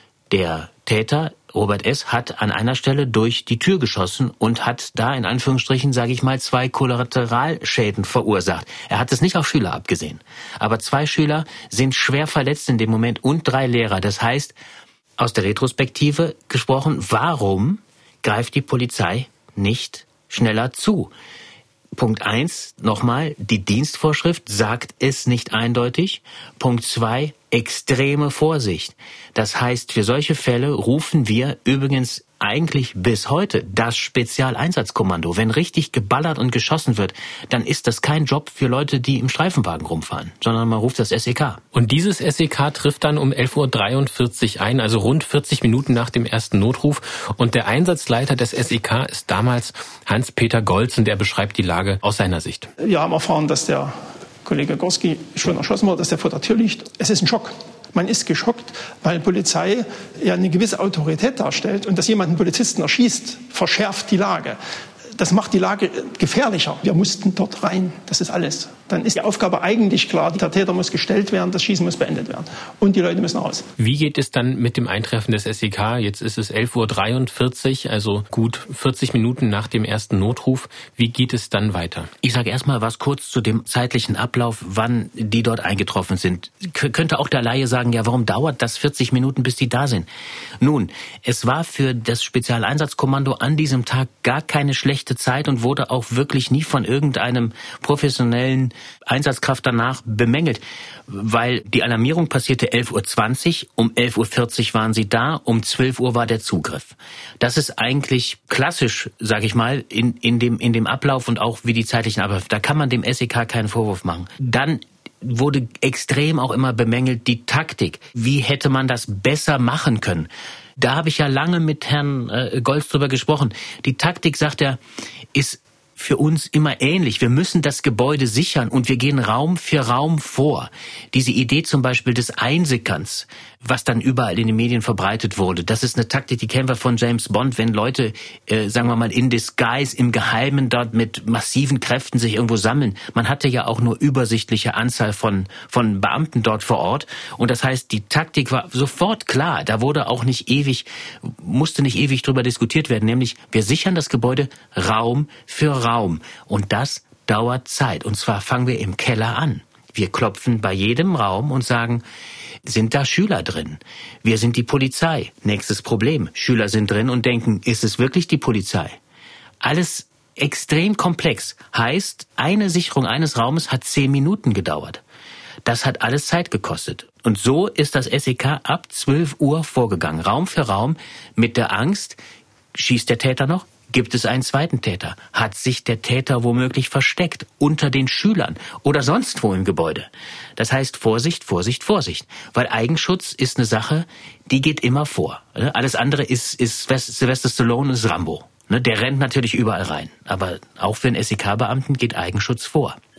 Der Täter, Robert S., hat an einer Stelle durch die Tür geschossen und hat da in Anführungsstrichen, sage ich mal, zwei Kollateralschäden verursacht. Er hat es nicht auf Schüler abgesehen. Aber zwei Schüler sind schwer verletzt in dem Moment und drei Lehrer. Das heißt, aus der Retrospektive gesprochen, warum greift die Polizei nicht schneller zu? Punkt eins, nochmal, die Dienstvorschrift sagt es nicht eindeutig. Punkt zwei, extreme Vorsicht. Das heißt, für solche Fälle rufen wir übrigens eigentlich bis heute das Spezialeinsatzkommando. Wenn richtig geballert und geschossen wird, dann ist das kein Job für Leute, die im Streifenwagen rumfahren, sondern man ruft das S E K. Und dieses S E K trifft dann um elf Uhr dreiundvierzig ein, also rund vierzig Minuten nach dem ersten Notruf. Und der Einsatzleiter des S E K ist damals Hans-Peter Golzen, der beschreibt die Lage aus seiner Sicht. Wir haben erfahren, dass der Kollege Gorski schon erschossen wurde, dass der vor der Tür liegt. Es ist ein Schock. Man ist geschockt, weil Polizei ja eine gewisse Autorität darstellt und dass jemand einen Polizisten erschießt, verschärft die Lage. Das macht die Lage gefährlicher. Wir mussten dort rein, das ist alles. Dann ist die Aufgabe eigentlich klar, der Täter muss gestellt werden, das Schießen muss beendet werden und die Leute müssen raus. Wie geht es dann mit dem Eintreffen des S E K? Jetzt ist es elf Uhr dreiundvierzig, also gut vierzig Minuten nach dem ersten Notruf. Wie geht es dann weiter? Ich sage erstmal was kurz zu dem zeitlichen Ablauf, wann die dort eingetroffen sind. K- könnte auch der Laie sagen, ja, warum dauert das vierzig Minuten, bis die da sind? Nun, es war für das Spezialeinsatzkommando an diesem Tag gar keine schlechte Zeit und wurde auch wirklich nie von irgendeinem professionellen Einsatzkraft danach bemängelt, weil die Alarmierung passierte elf Uhr zwanzig, um elf Uhr vierzig waren sie da, um zwölf Uhr war der Zugriff. Das ist eigentlich klassisch, sage ich mal, in, in, dem, in dem Ablauf und auch wie die zeitlichen Abläufe. Da kann man dem S E K keinen Vorwurf machen. Dann wurde extrem auch immer bemängelt die Taktik. Wie hätte man das besser machen können? Da habe ich ja lange mit Herrn äh, Golz drüber gesprochen. Die Taktik, sagt er, ist für uns immer ähnlich. Wir müssen das Gebäude sichern und wir gehen Raum für Raum vor. Diese Idee zum Beispiel des Einsickerns, was dann überall in den Medien verbreitet wurde, das ist eine Taktik, die kennen wir von James Bond, wenn Leute, äh, sagen wir mal, in Disguise, im Geheimen dort mit massiven Kräften sich irgendwo sammeln. Man hatte ja auch nur übersichtliche Anzahl von, von Beamten dort vor Ort. Und das heißt, die Taktik war sofort klar. Da wurde auch nicht ewig, musste nicht ewig drüber diskutiert werden. Nämlich, wir sichern das Gebäude Raum für Raum. Und das dauert Zeit. Und zwar fangen wir im Keller an. Wir klopfen bei jedem Raum und sagen, sind da Schüler drin? Wir sind die Polizei. Nächstes Problem. Schüler sind drin und denken, ist es wirklich die Polizei? Alles extrem komplex. Heißt, eine Sicherung eines Raumes hat zehn Minuten gedauert. Das hat alles Zeit gekostet. Und so ist das S E K ab zwölf Uhr vorgegangen. Raum für Raum mit der Angst, schießt der Täter noch? Gibt es einen zweiten Täter? Hat sich der Täter womöglich versteckt unter den Schülern oder sonst wo im Gebäude? Das heißt Vorsicht, Vorsicht, Vorsicht. Weil Eigenschutz ist eine Sache, die geht immer vor. Alles andere ist, ist Sylvester Stallone, ist Rambo. Der rennt natürlich überall rein. Aber auch für einen S E K-Beamten geht Eigenschutz vor.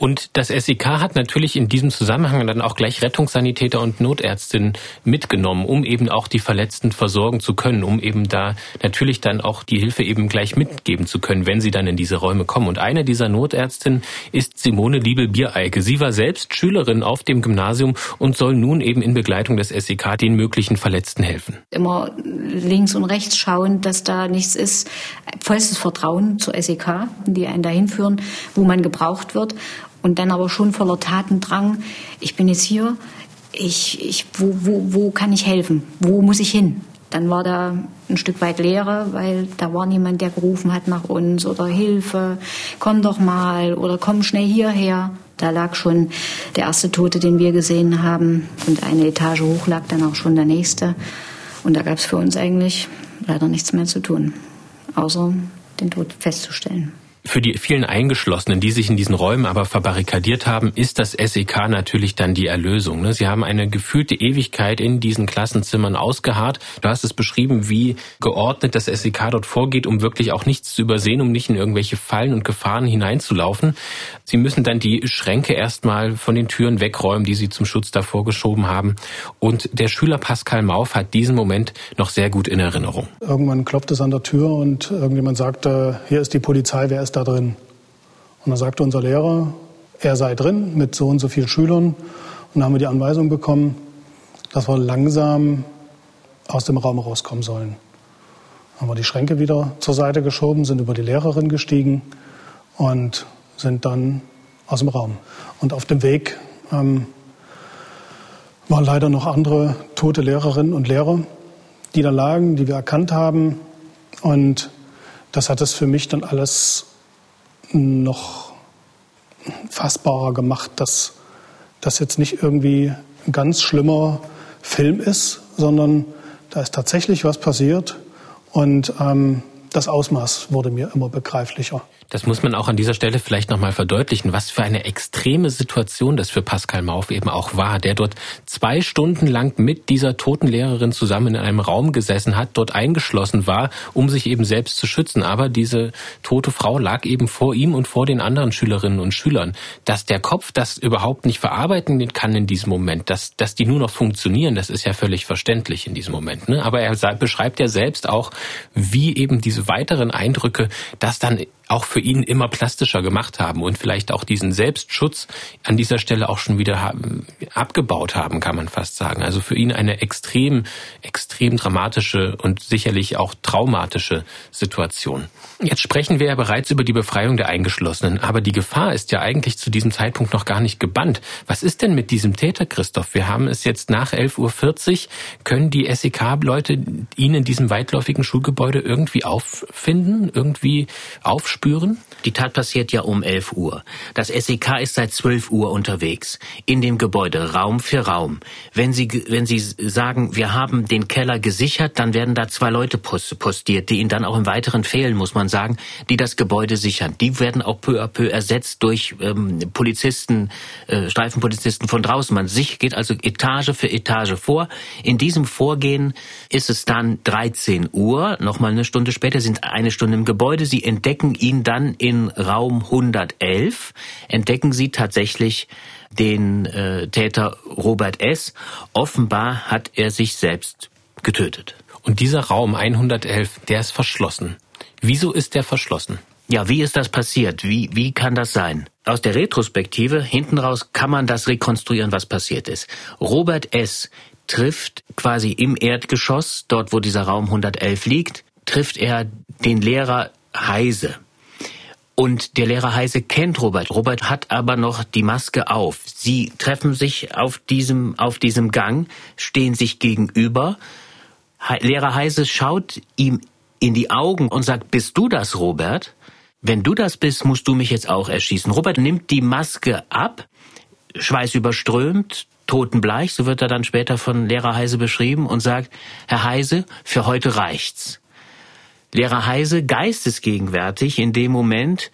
Und das S E K hat natürlich in diesem Zusammenhang dann auch gleich Rettungssanitäter und Notärztinnen mitgenommen, um eben auch die Verletzten versorgen zu können, um eben da natürlich dann auch die Hilfe eben gleich mitgeben zu können, wenn sie dann in diese Räume kommen. Und eine dieser Notärztinnen ist Simone Liebel-Biereike. Sie war selbst Schülerin auf dem Gymnasium und soll nun eben in Begleitung des S E K den möglichen Verletzten helfen. Immer links und rechts schauen, dass da nichts ist. Vollstes Vertrauen zur S E K, die einen dahin führen, wo man gebraucht wird. Und dann aber schon voller Tatendrang. Ich bin jetzt hier. Ich, ich, wo, wo, wo kann ich helfen? Wo muss ich hin? Dann war da ein Stück weit Leere, weil da war niemand, der gerufen hat nach uns oder Hilfe, komm doch mal oder komm schnell hierher. Da lag schon der erste Tote, den wir gesehen haben. Und eine Etage hoch lag dann auch schon der nächste. Und da gab es für uns eigentlich leider nichts mehr zu tun, außer den Tod festzustellen. Für die vielen Eingeschlossenen, die sich in diesen Räumen aber verbarrikadiert haben, ist das S E K natürlich dann die Erlösung. Sie haben eine gefühlte Ewigkeit in diesen Klassenzimmern ausgeharrt. Du hast es beschrieben, wie geordnet das S E K dort vorgeht, um wirklich auch nichts zu übersehen, um nicht in irgendwelche Fallen und Gefahren hineinzulaufen. Sie müssen dann die Schränke erstmal von den Türen wegräumen, die sie zum Schutz davor geschoben haben. Und der Schüler Pascal Mauf hat diesen Moment noch sehr gut in Erinnerung. Irgendwann klopft es an der Tür und irgendjemand sagte, hier ist die Polizei, wer ist da drin? Und da sagte unser Lehrer, er sei drin mit so und so vielen Schülern. Und dann haben wir die Anweisung bekommen, dass wir langsam aus dem Raum rauskommen sollen. Dann haben wir die Schränke wieder zur Seite geschoben, sind über die Lehrerin gestiegen und sind dann aus dem Raum. Und auf dem Weg ähm, waren leider noch andere tote Lehrerinnen und Lehrer, die da lagen, die wir erkannt haben. Und das hat es für mich dann alles noch fassbarer gemacht, dass das jetzt nicht irgendwie ein ganz schlimmer Film ist, sondern da ist tatsächlich was passiert und ähm, das Ausmaß wurde mir immer begreiflicher. Das muss man auch an dieser Stelle vielleicht nochmal verdeutlichen, was für eine extreme Situation das für Pascal Mauf eben auch war, der dort zwei Stunden lang mit dieser toten Lehrerin zusammen in einem Raum gesessen hat, dort eingeschlossen war, um sich eben selbst zu schützen. Aber diese tote Frau lag eben vor ihm und vor den anderen Schülerinnen und Schülern. Dass der Kopf das überhaupt nicht verarbeiten kann in diesem Moment, dass, dass die nur noch funktionieren, das ist ja völlig verständlich in diesem Moment. Ne? Aber er beschreibt ja selbst auch, wie eben diese weiteren Eindrücke das dann auch für ihn immer plastischer gemacht haben und vielleicht auch diesen Selbstschutz an dieser Stelle auch schon wieder haben, abgebaut haben, kann man fast sagen. Also für ihn eine extrem, extrem dramatische und sicherlich auch traumatische Situation. Jetzt sprechen wir ja bereits über die Befreiung der Eingeschlossenen, aber die Gefahr ist ja eigentlich zu diesem Zeitpunkt noch gar nicht gebannt. Was ist denn mit diesem Täter, Christoph? Wir haben es jetzt nach elf Uhr vierzig. Können die S E K-Leute ihn in diesem weitläufigen Schulgebäude irgendwie auffinden, irgendwie aufspüren? Die Tat passiert ja um elf Uhr. Das S E K ist seit zwölf Uhr unterwegs. In dem Gebäude, Raum für Raum. Wenn Sie, wenn Sie sagen, wir haben den Keller gesichert, dann werden da zwei Leute postiert, die Ihnen dann auch im Weiteren fehlen, muss man sagen, die das Gebäude sichern. Die werden auch peu à peu ersetzt durch ähm, Polizisten, äh, Streifenpolizisten von draußen. Man sich geht also Etage für Etage vor. In diesem Vorgehen ist es dann dreizehn Uhr. Nochmal eine Stunde später sind eine Stunde im Gebäude. Sie entdecken ihn dann in Raum hundertelf. Entdecken Sie tatsächlich den äh, Täter Robert S. Offenbar hat er sich selbst getötet. Und dieser Raum hundertelf, der ist verschlossen. Wieso ist der verschlossen? Ja, wie ist das passiert? Wie, wie kann das sein? Aus der Retrospektive, hinten raus, kann man das rekonstruieren, was passiert ist. Robert S. trifft quasi im Erdgeschoss, dort wo dieser Raum hundertelf liegt, trifft er den Lehrer Heise. Und der Lehrer Heise kennt Robert. Robert hat aber noch die Maske auf. Sie treffen sich auf diesem, auf diesem Gang, stehen sich gegenüber. He- Lehrer Heise schaut ihm in die Augen und sagt, bist du das, Robert? Wenn du das bist, musst du mich jetzt auch erschießen. Robert nimmt die Maske ab, schweißüberströmt, totenbleich, so wird er dann später von Lehrer Heise beschrieben, und sagt, Herr Heise, für heute reicht's. Lehrer Heise, geistesgegenwärtig in dem Moment,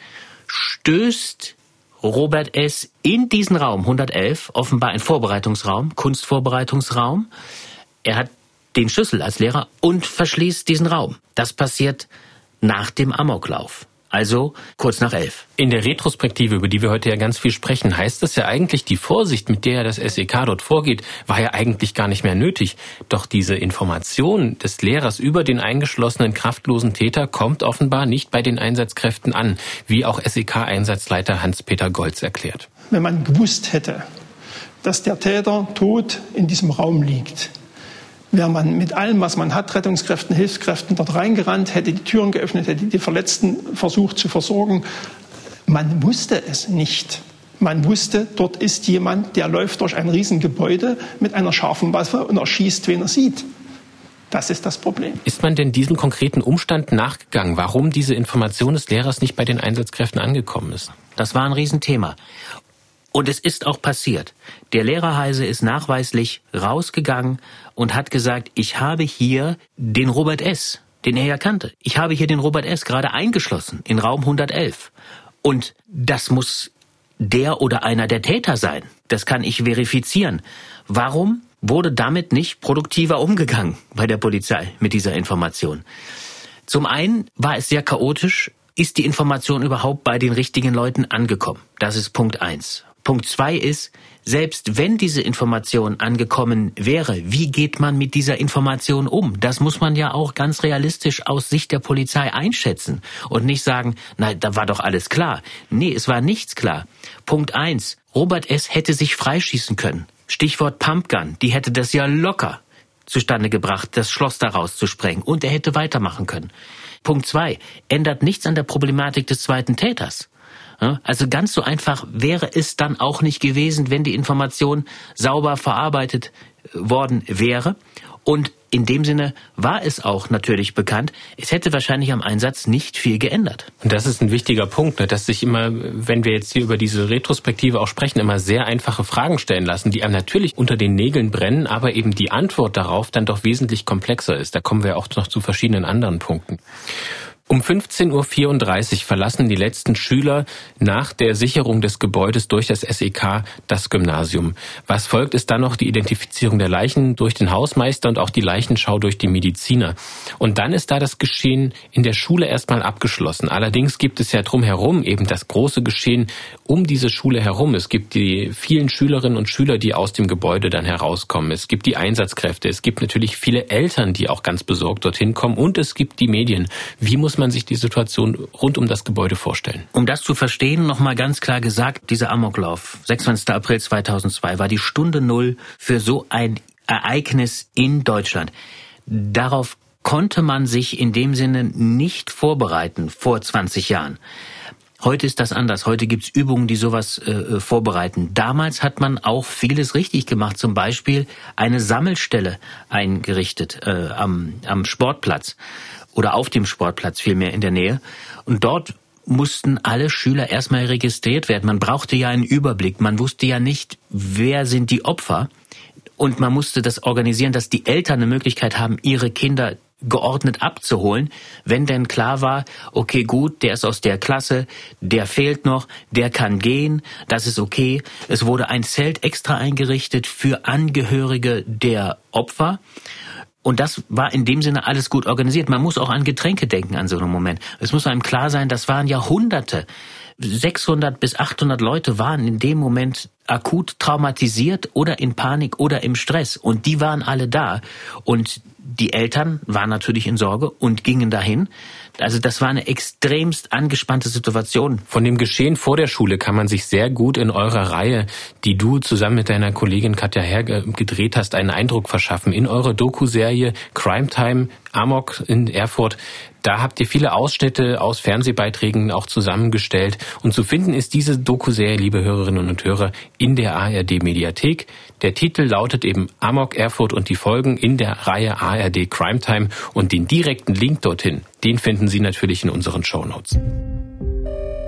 stößt Robert S. in diesen Raum, hundertelf, offenbar ein Vorbereitungsraum, Kunstvorbereitungsraum. Er hat den Schlüssel als Lehrer und verschließt diesen Raum. Das passiert nach dem Amoklauf. Also kurz nach elf. In der Retrospektive, über die wir heute ja ganz viel sprechen, heißt es ja eigentlich, die Vorsicht, mit der das S E K dort vorgeht, war ja eigentlich gar nicht mehr nötig. Doch diese Information des Lehrers über den eingeschlossenen, kraftlosen Täter kommt offenbar nicht bei den Einsatzkräften an, wie auch S E K-Einsatzleiter Hans-Peter Goltz erklärt. Wenn man gewusst hätte, dass der Täter tot in diesem Raum liegt, wäre man mit allem, was man hat, Rettungskräften, Hilfskräften dort reingerannt, hätte die Türen geöffnet, hätte die Verletzten versucht zu versorgen. Man wusste es nicht. Man wusste, dort ist jemand, der läuft durch ein Riesengebäude mit einer scharfen Waffe und erschießt, wen er sieht. Das ist das Problem. Ist man denn diesem konkreten Umstand nachgegangen, warum diese Information des Lehrers nicht bei den Einsatzkräften angekommen ist? Das war ein Riesenthema. Und es ist auch passiert. Der Lehrer Heise ist nachweislich rausgegangen und hat gesagt, ich habe hier den Robert S., den er ja kannte. Ich habe hier den Robert S. gerade eingeschlossen in Raum hundertelf. Und das muss der oder einer der Täter sein. Das kann ich verifizieren. Warum wurde damit nicht produktiver umgegangen bei der Polizei mit dieser Information? Zum einen war es sehr chaotisch. Ist die Information überhaupt bei den richtigen Leuten angekommen? Das ist Punkt eins. Punkt zwei ist, selbst wenn diese Information angekommen wäre, wie geht man mit dieser Information um? Das muss man ja auch ganz realistisch aus Sicht der Polizei einschätzen und nicht sagen, nein, da war doch alles klar. Nee, es war nichts klar. Punkt eins, Robert S. hätte sich freischießen können. Stichwort Pumpgun, die hätte das ja locker zustande gebracht, das Schloss daraus zu sprengen und er hätte weitermachen können. Punkt zwei, ändert nichts an der Problematik des zweiten Täters. Also ganz so einfach wäre es dann auch nicht gewesen, wenn die Information sauber verarbeitet worden wäre. Und in dem Sinne war es auch natürlich bekannt, es hätte wahrscheinlich am Einsatz nicht viel geändert. Und das ist ein wichtiger Punkt, dass sich immer, wenn wir jetzt hier über diese Retrospektive auch sprechen, immer sehr einfache Fragen stellen lassen, die einem natürlich unter den Nägeln brennen, aber eben die Antwort darauf dann doch wesentlich komplexer ist. Da kommen wir auch noch zu verschiedenen anderen Punkten. Um fünfzehn Uhr vierunddreißig verlassen die letzten Schüler nach der Sicherung des Gebäudes durch das S E K das Gymnasium. Was folgt, ist dann noch die Identifizierung der Leichen durch den Hausmeister und auch die Leichenschau durch die Mediziner. Und dann ist da das Geschehen in der Schule erstmal abgeschlossen. Allerdings gibt es ja drumherum eben das große Geschehen um diese Schule herum. Es gibt die vielen Schülerinnen und Schüler, die aus dem Gebäude dann herauskommen. Es gibt die Einsatzkräfte. Es gibt natürlich viele Eltern, die auch ganz besorgt dorthin kommen. Und es gibt die Medien. Wie muss man sich die Situation rund um das Gebäude vorstellen? Um das zu verstehen, nochmal ganz klar gesagt, dieser Amoklauf, sechsundzwanzigster April zweitausendzwei, war die Stunde Null für so ein Ereignis in Deutschland. Darauf konnte man sich in dem Sinne nicht vorbereiten vor zwanzig Jahren. Heute ist das anders. Heute gibt's Übungen, die sowas äh, vorbereiten. Damals hat man auch vieles richtig gemacht. Zum Beispiel eine Sammelstelle eingerichtet äh, am, am Sportplatz oder auf dem Sportplatz vielmehr in der Nähe. Und dort mussten alle Schüler erstmal registriert werden. Man brauchte ja einen Überblick. Man wusste ja nicht, wer sind die Opfer. Und man musste das organisieren, dass die Eltern eine Möglichkeit haben, ihre Kinder geordnet abzuholen, wenn denn klar war, okay, gut, der ist aus der Klasse, der fehlt noch, der kann gehen, das ist okay. Es wurde ein Zelt extra eingerichtet für Angehörige der Opfer. Und das war in dem Sinne alles gut organisiert. Man muss auch an Getränke denken an so einem Moment. Es muss einem klar sein, das waren Jahrhunderte. sechshundert bis achthundert Leute waren in dem Moment akut traumatisiert oder in Panik oder im Stress. Und die waren alle da. Und die Eltern waren natürlich in Sorge und gingen dahin. Also das war eine extremst angespannte Situation. Von dem Geschehen vor der Schule kann man sich sehr gut in eurer Reihe, die du zusammen mit deiner Kollegin Katja Herr gedreht hast, einen Eindruck verschaffen. In eurer Doku-Serie Crime Time Amok in Erfurt, da habt ihr viele Ausschnitte aus Fernsehbeiträgen auch zusammengestellt. Und zu finden ist diese Doku-Serie, liebe Hörerinnen und Hörer, in der A R D-Mediathek. Der Titel lautet eben Amok Erfurt und die Folgen in der Reihe A R D Crime Time. Und den direkten Link dorthin, den finden Sie natürlich in unseren Shownotes.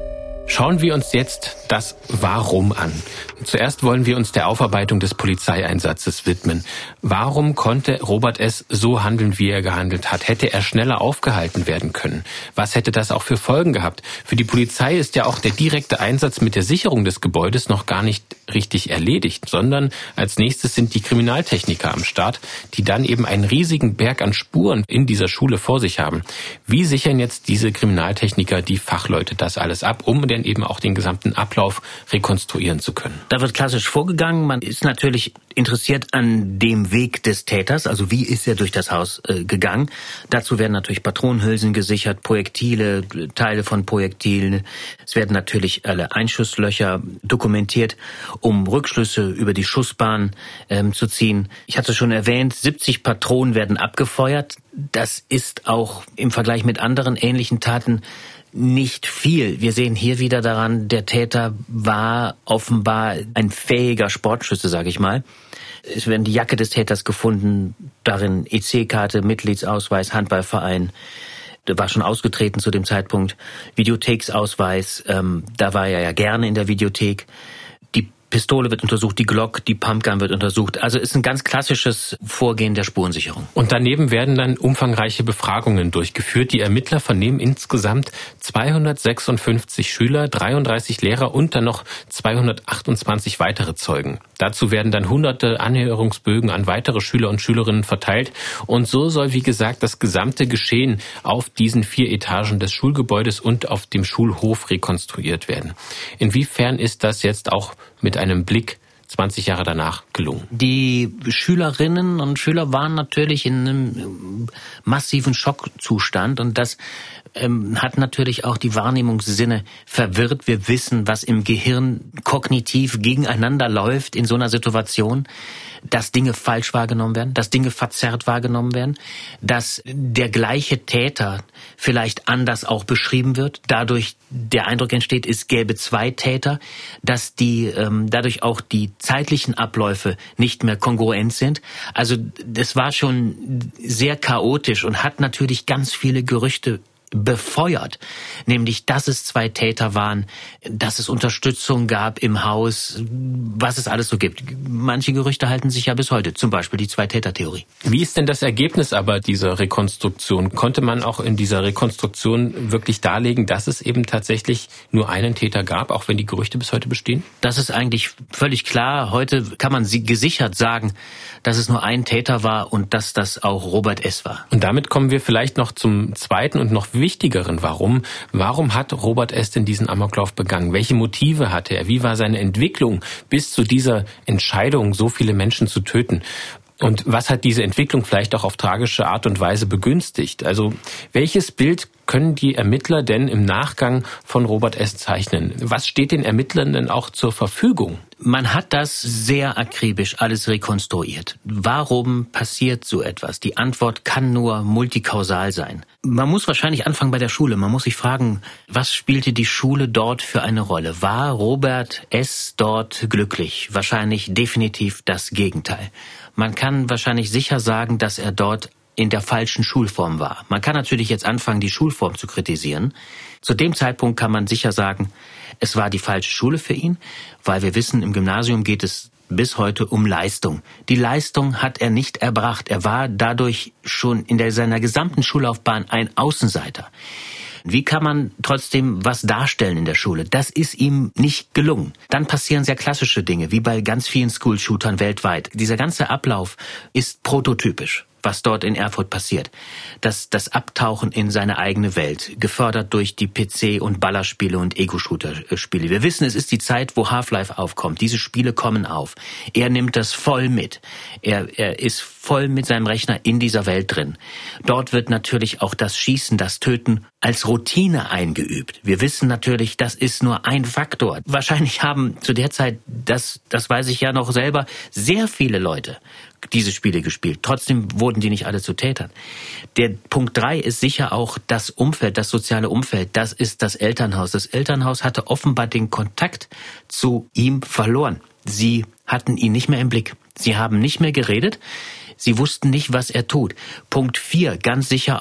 Schauen wir uns jetzt das Warum an. Zuerst wollen wir uns der Aufarbeitung des Polizeieinsatzes widmen. Warum konnte Robert S. so handeln, wie er gehandelt hat? Hätte er schneller aufgehalten werden können? Was hätte das auch für Folgen gehabt? Für die Polizei ist ja auch der direkte Einsatz mit der Sicherung des Gebäudes noch gar nicht richtig erledigt, sondern als nächstes sind die Kriminaltechniker am Start, die dann eben einen riesigen Berg an Spuren in dieser Schule vor sich haben. Wie sichern jetzt diese Kriminaltechniker, die Fachleute, das alles ab, um denn eben auch den gesamten Ablauf rekonstruieren zu können? Da wird klassisch vorgegangen. Man ist natürlich interessiert an dem Weg des Täters, also wie ist er durch das Haus äh, gegangen. Dazu werden natürlich Patronenhülsen gesichert, Projektile, Teile von Projektilen. Es werden natürlich alle Einschusslöcher dokumentiert, um Rückschlüsse über die Schussbahn ähm, zu ziehen. Ich hatte schon erwähnt, siebzig Patronen werden abgefeuert. Das ist auch im Vergleich mit anderen ähnlichen Taten nicht viel. Wir sehen hier wieder daran, der Täter war offenbar ein fähiger Sportschütze, sage ich mal. Es werden die Jacke des Täters gefunden, darin E C-Karte, Mitgliedsausweis, Handballverein. Der war schon ausgetreten zu dem Zeitpunkt. Videotheksausweis, ähm, da war er ja gerne in der Videothek. Die Pistole wird untersucht, die Glock, die Pumpgun wird untersucht. Also ist ein ganz klassisches Vorgehen der Spurensicherung. Und daneben werden dann umfangreiche Befragungen durchgeführt. Die Ermittler vernehmen insgesamt zweihundertsechsundfünfzig Schüler, dreiunddreißig Lehrer und dann noch zweihundertachtundzwanzig weitere Zeugen. Dazu werden dann hunderte Anhörungsbögen an weitere Schüler und Schülerinnen verteilt. Und so soll, wie gesagt, das gesamte Geschehen auf diesen vier Etagen des Schulgebäudes und auf dem Schulhof rekonstruiert werden. Inwiefern ist das jetzt auch mit einem Blick zwanzig Jahre danach gelungen? Die Schülerinnen und Schüler waren natürlich in einem massiven Schockzustand und das ähm, hat natürlich auch die Wahrnehmungssinne verwirrt. Wir wissen, was im Gehirn kognitiv gegeneinander läuft in so einer Situation, dass Dinge falsch wahrgenommen werden, dass Dinge verzerrt wahrgenommen werden, dass der gleiche Täter vielleicht anders auch beschrieben wird, dadurch der Eindruck entsteht, es gäbe zwei Täter, dass die ähm, dadurch auch die zeitlichen Abläufe nicht mehr kongruent sind. Also das war schon sehr chaotisch und hat natürlich ganz viele Gerüchte befeuert, nämlich, dass es zwei Täter waren, dass es Unterstützung gab im Haus, was es alles so gibt. Manche Gerüchte halten sich ja bis heute, zum Beispiel die Zwei-Täter-Theorie. Wie ist denn das Ergebnis aber dieser Rekonstruktion? Konnte man auch in dieser Rekonstruktion wirklich darlegen, dass es eben tatsächlich nur einen Täter gab, auch wenn die Gerüchte bis heute bestehen? Das ist eigentlich völlig klar. Heute kann man gesichert sagen, dass es nur ein Täter war und dass das auch Robert S. war. Und damit kommen wir vielleicht noch zum zweiten und noch wichtigeren Warum. Warum hat Robert S. denn diesen Amoklauf begangen? Welche Motive hatte er? Wie war seine Entwicklung bis zu dieser Entscheidung, so viele Menschen zu töten? Und was hat diese Entwicklung vielleicht auch auf tragische Art und Weise begünstigt? Also welches Bild können die Ermittler denn im Nachgang von Robert S. zeichnen? Was steht den Ermittlern denn auch zur Verfügung? Man hat das sehr akribisch alles rekonstruiert. Warum passiert so etwas? Die Antwort kann nur multikausal sein. Man muss wahrscheinlich anfangen bei der Schule. Man muss sich fragen, was spielte die Schule dort für eine Rolle? War Robert S. dort glücklich? Wahrscheinlich definitiv das Gegenteil. Man kann wahrscheinlich sicher sagen, dass er dort in der falschen Schulform war. Man kann natürlich jetzt anfangen, die Schulform zu kritisieren. Zu dem Zeitpunkt kann man sicher sagen, es war die falsche Schule für ihn, weil wir wissen, im Gymnasium geht es bis heute um Leistung. Die Leistung hat er nicht erbracht. Er war dadurch schon in der, seiner gesamten Schullaufbahn ein Außenseiter. Wie kann man trotzdem was darstellen in der Schule? Das ist ihm nicht gelungen. Dann passieren sehr klassische Dinge, wie bei ganz vielen School-Shootern weltweit. Dieser ganze Ablauf ist prototypisch, was dort in Erfurt passiert. Das, das Abtauchen in seine eigene Welt, gefördert durch die P C- und Ballerspiele und Ego-Shooter-Spiele. Wir wissen, es ist die Zeit, wo Half-Life aufkommt. Diese Spiele kommen auf. Er nimmt das voll mit. Er, er ist voll mit seinem Rechner in dieser Welt drin. Dort wird natürlich auch das Schießen, das Töten als Routine eingeübt. Wir wissen natürlich, das ist nur ein Faktor. Wahrscheinlich haben zu der Zeit, das, das weiß ich ja noch selber, sehr viele Leute diese Spiele gespielt. Trotzdem wurden die nicht alle zu Tätern. Der Punkt drei ist sicher auch das Umfeld, das soziale Umfeld. Das ist das Elternhaus. Das Elternhaus hatte offenbar den Kontakt zu ihm verloren. Sie hatten ihn nicht mehr im Blick. Sie haben nicht mehr geredet. Sie wussten nicht, was er tut. Punkt vier, ganz sicher auch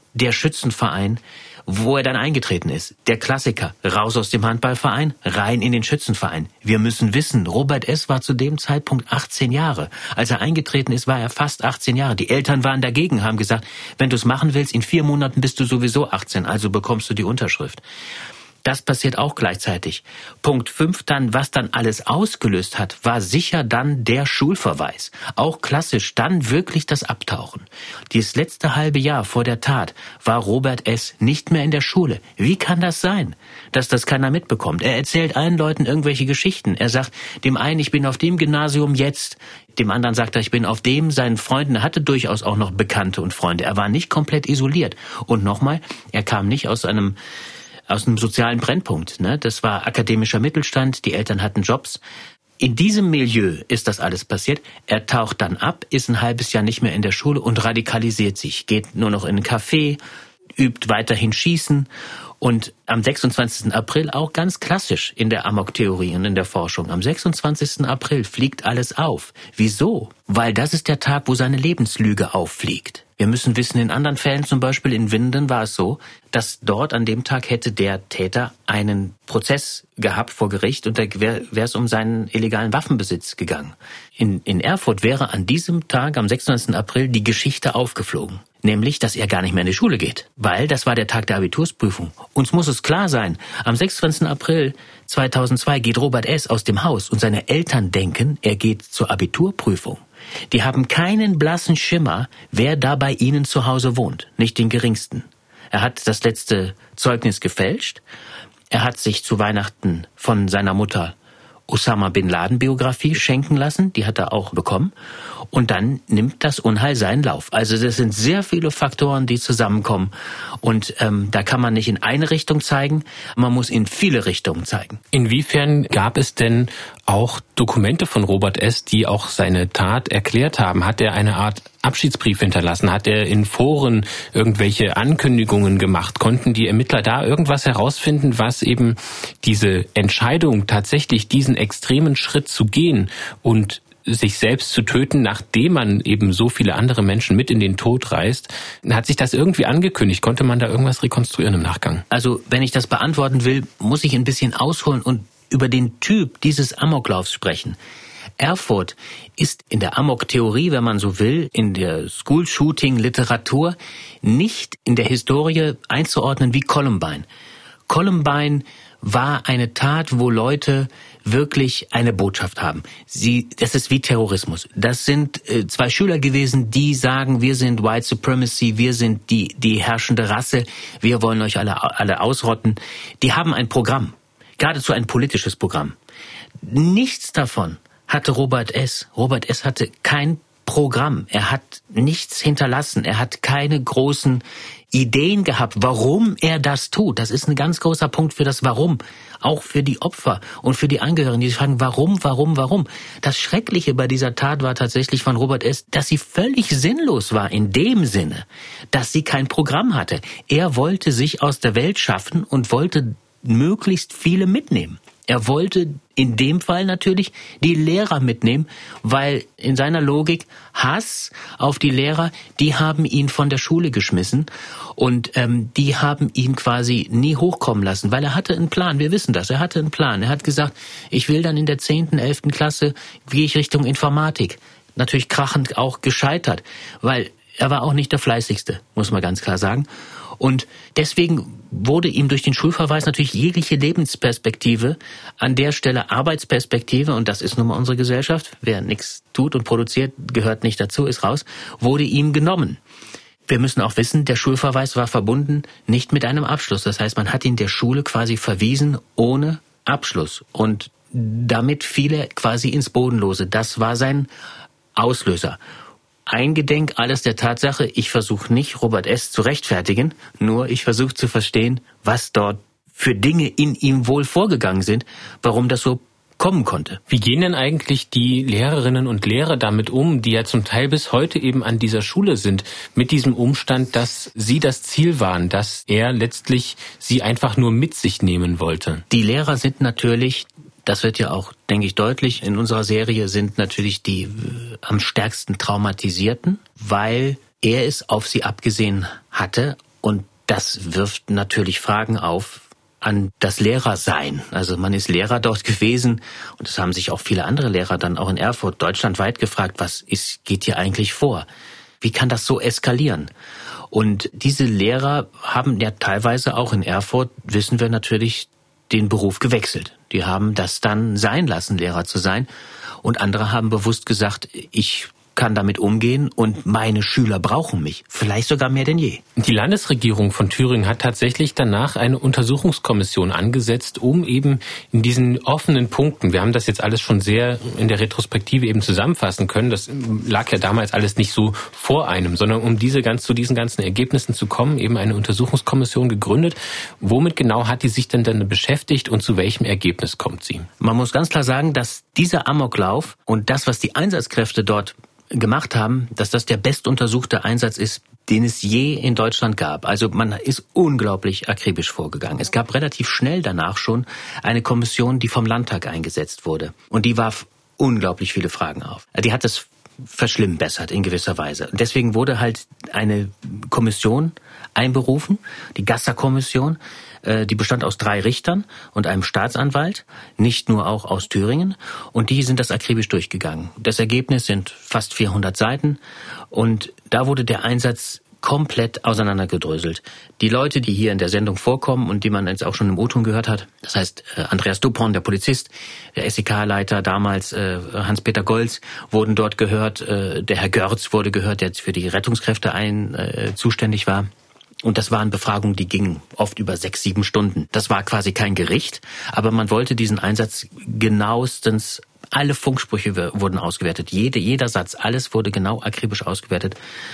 der Schützenverein, wo er dann eingetreten ist. Der Klassiker, raus aus dem Handballverein, rein in den Schützenverein. Wir müssen wissen, Robert S. war zu dem Zeitpunkt achtzehn Jahre. Als er eingetreten ist, war er fast achtzehn Jahre. Die Eltern waren dagegen, haben gesagt, wenn du es machen willst, in vier Monaten bist du sowieso achtzehn, also bekommst du die Unterschrift. Das passiert auch gleichzeitig. Punkt fünf dann, was dann alles ausgelöst hat, war sicher dann der Schulverweis. Auch klassisch dann wirklich das Abtauchen. Dieses letzte halbe Jahr vor der Tat war Robert S. nicht mehr in der Schule. Wie kann das sein, dass das keiner mitbekommt? Er erzählt allen Leuten irgendwelche Geschichten. Er sagt dem einen, ich bin auf dem Gymnasium jetzt. Dem anderen sagt er, ich bin auf dem. Seinen Freunden, er hatte durchaus auch noch Bekannte und Freunde. Er war nicht komplett isoliert. Und nochmal, er kam nicht aus einem aus einem sozialen Brennpunkt. Ne? Das war akademischer Mittelstand, die Eltern hatten Jobs. In diesem Milieu ist das alles passiert. Er taucht dann ab, ist ein halbes Jahr nicht mehr in der Schule und radikalisiert sich. Geht nur noch in ein Café, übt weiterhin Schießen. Und am sechsundzwanzigsten April auch ganz klassisch in der Amok-Theorie und in der Forschung. Am sechsundzwanzigsten April fliegt alles auf. Wieso? Weil das ist der Tag, wo seine Lebenslüge auffliegt. Wir müssen wissen, in anderen Fällen, zum Beispiel in Winden, war es so, dass dort an dem Tag hätte der Täter einen Prozess gehabt vor Gericht und da wäre es um seinen illegalen Waffenbesitz gegangen. In, in Erfurt wäre an diesem Tag, am sechsundzwanzigsten April, die Geschichte aufgeflogen. Nämlich, dass er gar nicht mehr in die Schule geht. Weil das war der Tag der Abitursprüfung. Uns muss es klar sein, am sechsundzwanzigsten April zweitausendzwei geht Robert S. aus dem Haus und seine Eltern denken, er geht zur Abiturprüfung. Die haben keinen blassen Schimmer, wer da bei ihnen zu Hause wohnt. Nicht den geringsten. Er hat das letzte Zeugnis gefälscht. Er hat sich zu Weihnachten von seiner Mutter Osama Bin Laden Biografie schenken lassen, die hat er auch bekommen. Und dann nimmt das Unheil seinen Lauf. Also das sind sehr viele Faktoren, die zusammenkommen. Und ähm, da kann man nicht in eine Richtung zeigen, man muss in viele Richtungen zeigen. Inwiefern gab es denn auch Dokumente von Robert S., die auch seine Tat erklärt haben? Hat er eine Art Abschiedsbrief hinterlassen? Hat er in Foren irgendwelche Ankündigungen gemacht? Konnten die Ermittler da irgendwas herausfinden, was eben diese Entscheidung, tatsächlich diesen extremen Schritt zu gehen und sich selbst zu töten, nachdem man eben so viele andere Menschen mit in den Tod reißt, hat sich das irgendwie angekündigt? Konnte man da irgendwas rekonstruieren im Nachgang? Also, wenn ich das beantworten will, muss ich ein bisschen ausholen und über den Typ dieses Amoklaufs sprechen. Erfurt ist in der Amok-Theorie, wenn man so will, in der School-Shooting-Literatur nicht in der Historie einzuordnen wie Columbine. Columbine war eine Tat, wo Leute wirklich eine Botschaft haben. Sie, das ist wie Terrorismus. Das sind äh, zwei Schüler gewesen, die sagen, wir sind White Supremacy, wir sind die, die herrschende Rasse, wir wollen euch alle, alle ausrotten. Die haben ein Programm, geradezu ein politisches Programm. Nichts davon hatte Robert S. Robert S. hatte kein Programm. Er hat nichts hinterlassen. Er hat keine großen Ideen gehabt, warum er das tut. Das ist ein ganz großer Punkt für das Warum. Auch für die Opfer und für die Angehörigen, die fragen, warum, warum, warum. Das Schreckliche bei dieser Tat war tatsächlich von Robert S., dass sie völlig sinnlos war in dem Sinne, dass sie kein Programm hatte. Er wollte sich aus der Welt schaffen und wollte möglichst viele mitnehmen. Er wollte in dem Fall natürlich die Lehrer mitnehmen, weil in seiner Logik Hass auf die Lehrer, die haben ihn von der Schule geschmissen und ähm, die haben ihn quasi nie hochkommen lassen, weil er hatte einen Plan, wir wissen das, er hatte einen Plan. Er hat gesagt, ich will dann in der zehnten, elften Klasse, gehe ich Richtung Informatik. Natürlich krachend auch gescheitert, weil er war auch nicht der Fleißigste, muss man ganz klar sagen. Und deswegen wurde ihm durch den Schulverweis natürlich jegliche Lebensperspektive, an der Stelle Arbeitsperspektive, und das ist nun mal unsere Gesellschaft, wer nichts tut und produziert, gehört nicht dazu, ist raus, wurde ihm genommen. Wir müssen auch wissen, der Schulverweis war verbunden nicht mit einem Abschluss. Das heißt, man hat ihn der Schule quasi verwiesen ohne Abschluss. Und damit fiel er quasi ins Bodenlose. Das war sein Auslöser. Eingedenk alles der Tatsache, ich versuche nicht, Robert S. zu rechtfertigen, nur ich versuche zu verstehen, was dort für Dinge in ihm wohl vorgegangen sind, warum das so kommen konnte. Wie gehen denn eigentlich die Lehrerinnen und Lehrer damit um, die ja zum Teil bis heute eben an dieser Schule sind, mit diesem Umstand, dass sie das Ziel waren, dass er letztlich sie einfach nur mit sich nehmen wollte? Die Lehrer sind natürlich, das wird ja auch, denke ich, deutlich, in unserer Serie sind natürlich die äh, am stärksten Traumatisierten, weil er es auf sie abgesehen hatte, Und das wirft natürlich Fragen auf an das Lehrersein. Also man ist Lehrer dort gewesen und es haben sich auch viele andere Lehrer dann auch in Erfurt deutschlandweit gefragt, was ist, geht hier eigentlich vor? Wie kann das so eskalieren? Und diese Lehrer haben ja teilweise auch in Erfurt, wissen wir natürlich, den Beruf gewechselt. Die haben das dann sein lassen, Lehrer zu sein. Und andere haben bewusst gesagt, ich kann damit umgehen und meine Schüler brauchen mich. Vielleicht sogar mehr denn je. Die Landesregierung von Thüringen hat tatsächlich danach eine Untersuchungskommission angesetzt, um eben in diesen offenen Punkten, wir haben das jetzt alles schon sehr in der Retrospektive eben zusammenfassen können, das lag ja damals alles nicht so vor einem, sondern um diese ganz, zu diesen ganzen Ergebnissen zu kommen, eben eine Untersuchungskommission gegründet. Womit genau hat die sich denn dann beschäftigt und zu welchem Ergebnis kommt sie? Man muss ganz klar sagen, dass dieser Amoklauf und das, was die Einsatzkräfte dort gemacht haben, dass das der bestuntersuchte Einsatz ist, den es je in Deutschland gab. Also man ist unglaublich akribisch vorgegangen. Es gab relativ schnell danach schon eine Kommission, die vom Landtag eingesetzt wurde. Und die warf unglaublich viele Fragen auf. Die hat es verschlimmbessert in gewisser Weise. Und deswegen wurde halt eine Kommission einberufen, die Gasser-Kommission. Die bestand aus drei Richtern und einem Staatsanwalt, nicht nur auch aus Thüringen. Und die sind das akribisch durchgegangen. Das Ergebnis sind fast vierhundert Seiten. Und da wurde der Einsatz komplett auseinandergedröselt. Die Leute, die hier in der Sendung vorkommen und die man jetzt auch schon im O-Ton gehört hat, das heißt Andreas Dupont, der Polizist, der S E K-Leiter damals, Hans-Peter Golz, wurden dort gehört. Der Herr Görz wurde gehört, der jetzt für die Rettungskräfte ein, äh, zuständig war. Und das waren Befragungen, die gingen oft über sechs, sieben Stunden. Das war quasi kein Gericht, aber man wollte diesen Einsatz genauestens, alle Funksprüche wurden ausgewertet, jede, jeder Satz, alles wurde genau akribisch ausgewertet,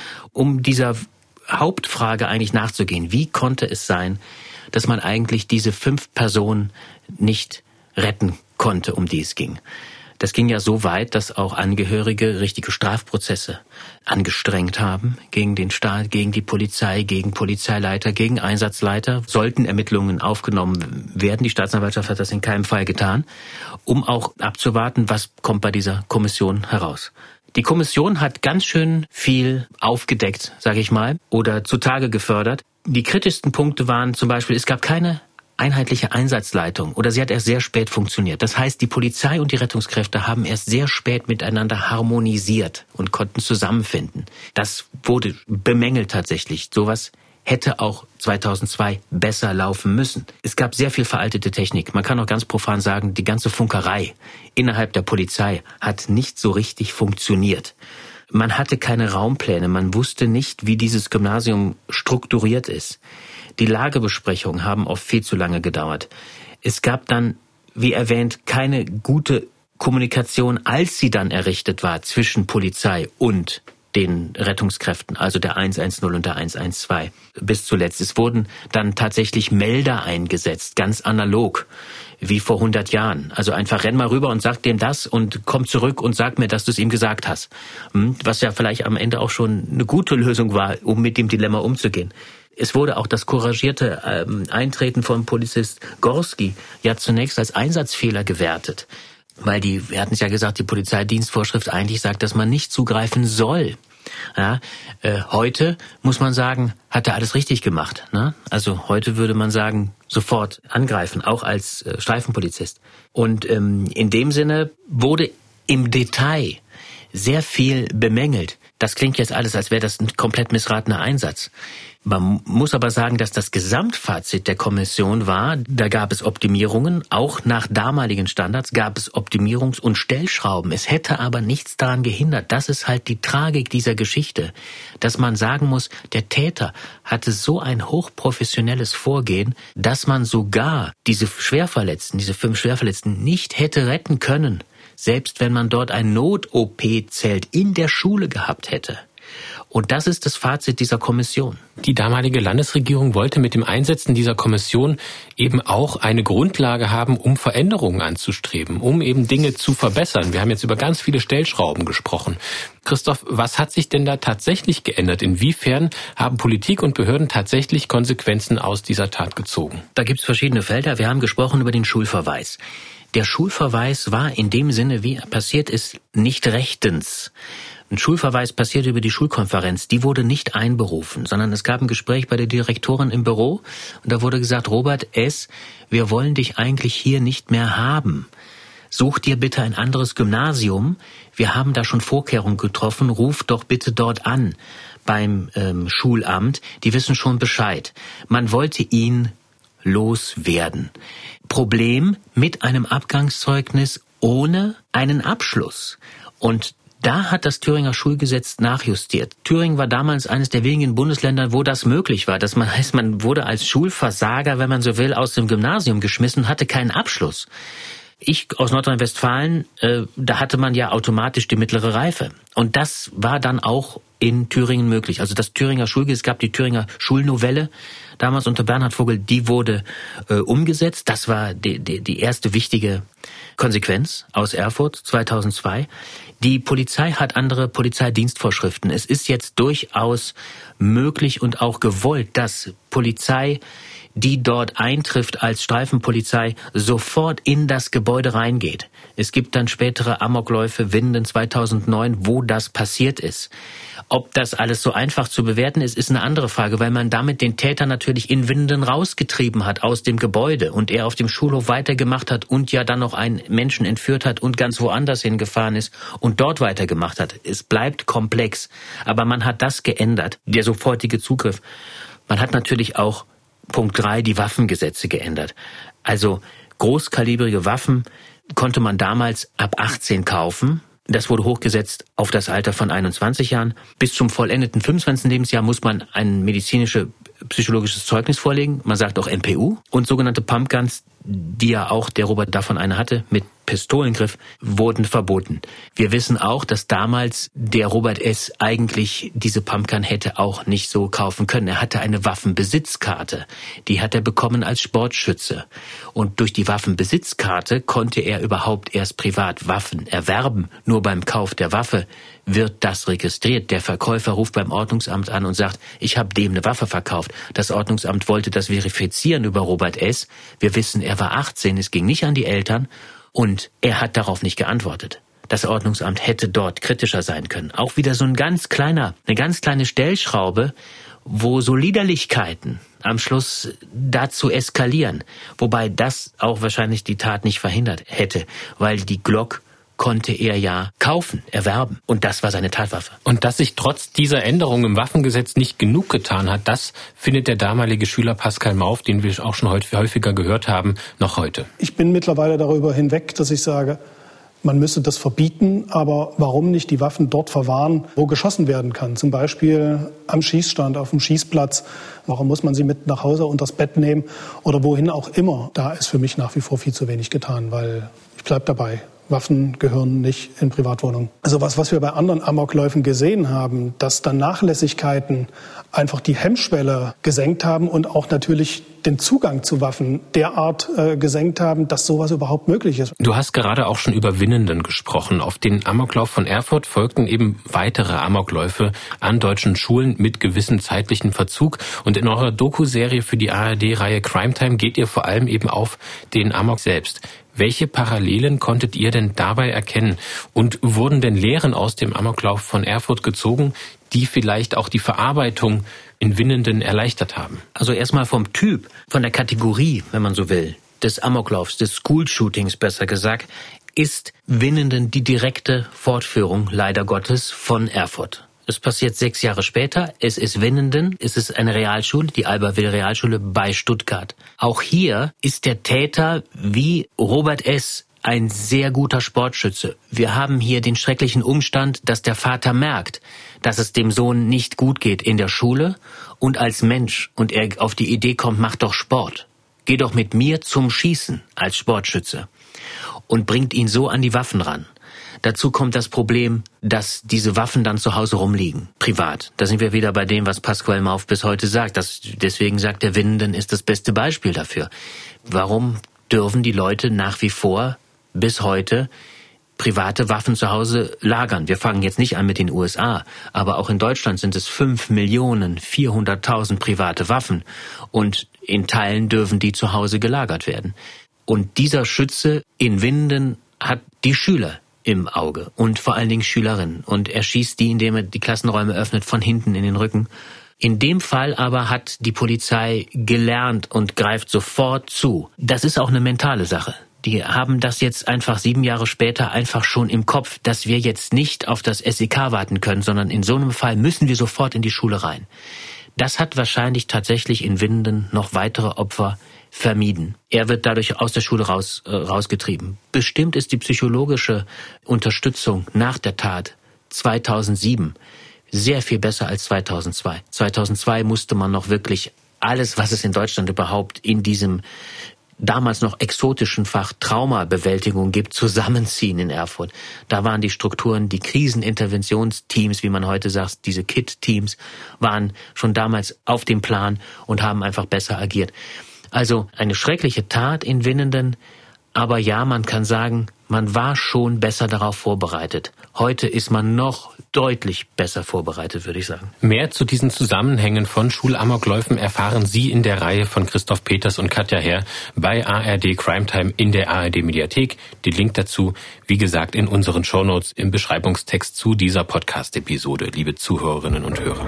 um dieser Hauptfrage eigentlich nachzugehen. Wie konnte es sein, dass man eigentlich diese fünf Personen nicht retten konnte, um die es ging? Das ging ja so weit, dass auch Angehörige richtige Strafprozesse angestrengt haben gegen den Staat, gegen die Polizei, gegen Polizeileiter, gegen Einsatzleiter. Sollten Ermittlungen aufgenommen werden, die Staatsanwaltschaft hat das in keinem Fall getan, um auch abzuwarten, was kommt bei dieser Kommission heraus. Die Kommission hat ganz schön viel aufgedeckt, sage ich mal, oder zutage gefördert. Die kritischsten Punkte waren zum Beispiel, es gab keine einheitliche Einsatzleitung oder sie hat erst sehr spät funktioniert. Das heißt, die Polizei und die Rettungskräfte haben erst sehr spät miteinander harmonisiert und konnten zusammenfinden. Das wurde bemängelt tatsächlich. Sowas hätte auch zweitausendzwei besser laufen müssen. Es gab sehr viel veraltete Technik. Man kann auch ganz profan sagen, die ganze Funkerei innerhalb der Polizei hat nicht so richtig funktioniert. Man hatte keine Raumpläne, man wusste nicht, wie dieses Gymnasium strukturiert ist. Die Lagebesprechungen haben oft viel zu lange gedauert. Es gab dann, wie erwähnt, keine gute Kommunikation, als sie dann errichtet war, zwischen Polizei und den Rettungskräften, also der eins eins null und der eins eins zwei. Bis zuletzt. Es wurden dann tatsächlich Melder eingesetzt, ganz analog, wie vor hundert Jahren. Also einfach renn mal rüber und sag dem das und komm zurück und sag mir, dass du es ihm gesagt hast. Was ja vielleicht am Ende auch schon eine gute Lösung war, um mit dem Dilemma umzugehen. Es wurde auch das couragierte ähm, Eintreten von Polizist Gorski ja zunächst als Einsatzfehler gewertet. Weil die, wir hatten es ja gesagt, die Polizeidienstvorschrift eigentlich sagt, dass man nicht zugreifen soll. Ja, äh, heute muss man sagen, hat er alles richtig gemacht. Ne? Also heute würde man sagen, sofort angreifen, auch als äh, Streifenpolizist. Und ähm, in dem Sinne wurde im Detail sehr viel bemängelt. Das klingt jetzt alles, als wäre das ein komplett missratener Einsatz. Man muss aber sagen, dass das Gesamtfazit der Kommission war, da gab es Optimierungen, auch nach damaligen Standards gab es Optimierungs- und Stellschrauben. Es hätte aber nichts daran gehindert. Das ist halt die Tragik dieser Geschichte, dass man sagen muss, der Täter hatte so ein hochprofessionelles Vorgehen, dass man sogar diese Schwerverletzten, diese fünf Schwerverletzten nicht hätte retten können, selbst wenn man dort ein Not-O P-Zelt in der Schule gehabt hätte. Und das ist das Fazit dieser Kommission. Die damalige Landesregierung wollte mit dem Einsetzen dieser Kommission eben auch eine Grundlage haben, um Veränderungen anzustreben, um eben Dinge zu verbessern. Wir haben jetzt über ganz viele Stellschrauben gesprochen. Christoph, was hat sich denn da tatsächlich geändert? Inwiefern haben Politik und Behörden tatsächlich Konsequenzen aus dieser Tat gezogen? Da gibt es verschiedene Felder. Wir haben gesprochen über den Schulverweis. Der Schulverweis war in dem Sinne, wie er passiert ist, nicht rechtens. Ein Schulverweis passierte über die Schulkonferenz. Die wurde nicht einberufen, sondern es gab ein Gespräch bei der Direktorin im Büro und da wurde gesagt, Robert S., wir wollen dich eigentlich hier nicht mehr haben. Such dir bitte ein anderes Gymnasium. Wir haben da schon Vorkehrungen getroffen. Ruf doch bitte dort an beim ähm, Schulamt. Die wissen schon Bescheid. Man wollte ihn loswerden. Problem mit einem Abgangszeugnis ohne einen Abschluss. Und da hat das Thüringer Schulgesetz nachjustiert. Thüringen war damals eines der wenigen Bundesländer, wo das möglich war. Das heißt, man wurde als Schulversager, wenn man so will, aus dem Gymnasium geschmissen und hatte keinen Abschluss. Ich aus Nordrhein-Westfalen, äh, da hatte man ja automatisch die mittlere Reife. Und das war dann auch in Thüringen möglich. Also das Thüringer Schulgesetz, es gab die Thüringer Schulnovelle, damals unter Bernhard Vogel, die wurde äh, umgesetzt. Das war die, die, die erste wichtige Konsequenz aus Erfurt zweitausendzwei. Die Polizei hat andere Polizeidienstvorschriften. Es ist jetzt durchaus möglich und auch gewollt, dass Polizei, die dort eintrifft als Streifenpolizei, sofort in das Gebäude reingeht. Es gibt dann spätere Amokläufe, Winden zweitausendneun, wo das passiert ist. Ob das alles so einfach zu bewerten ist, ist eine andere Frage, weil man damit den Täter natürlich in Winden rausgetrieben hat aus dem Gebäude und er auf dem Schulhof weitergemacht hat und ja dann noch einen Menschen entführt hat und ganz woanders hingefahren ist und dort weitergemacht hat. Es bleibt komplex, aber man hat das geändert, der sofortige Zugriff. Man hat natürlich auch Punkt drei, die Waffengesetze geändert. Also großkalibrige Waffen konnte man damals ab achtzehn kaufen. Das wurde hochgesetzt auf das Alter von einundzwanzig Jahren. Bis zum vollendeten fünfundzwanzigsten Lebensjahr muss man ein medizinisches, psychologisches Zeugnis vorlegen. Man sagt auch M P U. Und sogenannte Pumpguns, die ja auch der Robert davon eine hatte, mit Pistolengriff, wurden verboten. Wir wissen auch, dass damals der Robert S. eigentlich diese Pumpgun hätte auch nicht so kaufen können. Er hatte eine Waffenbesitzkarte. Die hat er bekommen als Sportschütze. Und durch die Waffenbesitzkarte konnte er überhaupt erst privat Waffen erwerben. Nur beim Kauf der Waffe wird das registriert. Der Verkäufer ruft beim Ordnungsamt an und sagt, ich habe dem eine Waffe verkauft. Das Ordnungsamt wollte das verifizieren über Robert S. Wir wissen, er war achtzehn, es ging nicht an die Eltern und er hat darauf nicht geantwortet. Das Ordnungsamt hätte dort kritischer sein können. Auch wieder so ein ganz kleiner, eine ganz kleine Stellschraube, wo so Liederlichkeiten am Schluss dazu eskalieren. Wobei das auch wahrscheinlich die Tat nicht verhindert hätte, weil die Glock konnte er ja kaufen, erwerben. Und das war seine Tatwaffe. Und dass sich trotz dieser Änderung im Waffengesetz nicht genug getan hat, das findet der damalige Schüler Pascal Mauf, den wir auch schon häufiger gehört haben, noch heute. Ich bin mittlerweile darüber hinweg, dass ich sage, man müsste das verbieten, aber warum nicht die Waffen dort verwahren, wo geschossen werden kann? Zum Beispiel am Schießstand, auf dem Schießplatz. Warum muss man sie mit nach Hause unters Bett nehmen oder wohin auch immer? Da ist für mich nach wie vor viel zu wenig getan, weil ich bleibe dabei. Waffen gehören nicht in Privatwohnungen. Also was, was wir bei anderen Amokläufen gesehen haben, dass dann Nachlässigkeiten einfach die Hemmschwelle gesenkt haben und auch natürlich den Zugang zu Waffen derart äh, gesenkt haben, dass sowas überhaupt möglich ist. Du hast gerade auch schon über Winnenden gesprochen. Auf den Amoklauf von Erfurt folgten eben weitere Amokläufe an deutschen Schulen mit gewissem zeitlichen Verzug. Und in eurer Doku-Serie für die A R D-Reihe Crime Time geht ihr vor allem eben auf den Amok selbst. Welche Parallelen konntet ihr denn dabei erkennen? Und wurden denn Lehren aus dem Amoklauf von Erfurt gezogen, die vielleicht auch die Verarbeitung in Winnenden erleichtert haben? Also erstmal vom Typ, von der Kategorie, wenn man so will, des Amoklaufs, des School-Shootings besser gesagt, ist Winnenden die direkte Fortführung, leider Gottes, von Erfurt. Es passiert sechs Jahre später. Es ist Winnenden. Es ist eine Realschule, die Albertville-Realschule bei Stuttgart. Auch hier ist der Täter wie Robert S. ein sehr guter Sportschütze. Wir haben hier den schrecklichen Umstand, dass der Vater merkt, dass es dem Sohn nicht gut geht in der Schule und als Mensch und er auf die Idee kommt, mach doch Sport. Geh doch mit mir zum Schießen als Sportschütze und bringt ihn so an die Waffen ran. Dazu kommt das Problem, dass diese Waffen dann zu Hause rumliegen, privat. Da sind wir wieder bei dem, was Pascal Mauf bis heute sagt. Das, deswegen sagt er, Winnenden ist das beste Beispiel dafür. Warum dürfen die Leute nach wie vor bis heute private Waffen zu Hause lagern? Wir fangen jetzt nicht an mit den U S A, aber auch in Deutschland sind es fünf Millionen vierhunderttausend private Waffen und in Teilen dürfen die zu Hause gelagert werden. Und dieser Schütze in Winnenden hat die Schüler im Auge und vor allen Dingen Schülerinnen. Und er schießt die, indem er die Klassenräume öffnet, von hinten in den Rücken. In dem Fall aber hat die Polizei gelernt und greift sofort zu. Das ist auch eine mentale Sache. Die haben das jetzt einfach sieben Jahre später einfach schon im Kopf, dass wir jetzt nicht auf das S E K warten können, sondern in so einem Fall müssen wir sofort in die Schule rein. Das hat wahrscheinlich tatsächlich in Winnenden noch weitere Opfer vermieden. Er wird dadurch aus der Schule raus, äh, rausgetrieben. Bestimmt ist die psychologische Unterstützung nach der Tat zweitausendsieben sehr viel besser als zweitausendzwei. zweitausendzwei musste man noch wirklich alles, was es in Deutschland überhaupt in diesem damals noch exotischen Fach Traumabewältigung gibt, zusammenziehen in Erfurt. Da waren die Strukturen, die Kriseninterventionsteams, wie man heute sagt, diese K I T-Teams, waren schon damals auf dem Plan und haben einfach besser agiert. Also eine schreckliche Tat in Winnenden, aber ja, man kann sagen, man war schon besser darauf vorbereitet. Heute ist man noch deutlich besser vorbereitet, würde ich sagen. Mehr zu diesen Zusammenhängen von Schulamokläufen erfahren Sie in der Reihe von Christoph Peters und Katja Herr bei A R D Crime Time in der A R D Mediathek. Den Link dazu, wie gesagt, in unseren Shownotes im Beschreibungstext zu dieser Podcast-Episode, liebe Zuhörerinnen und Hörer.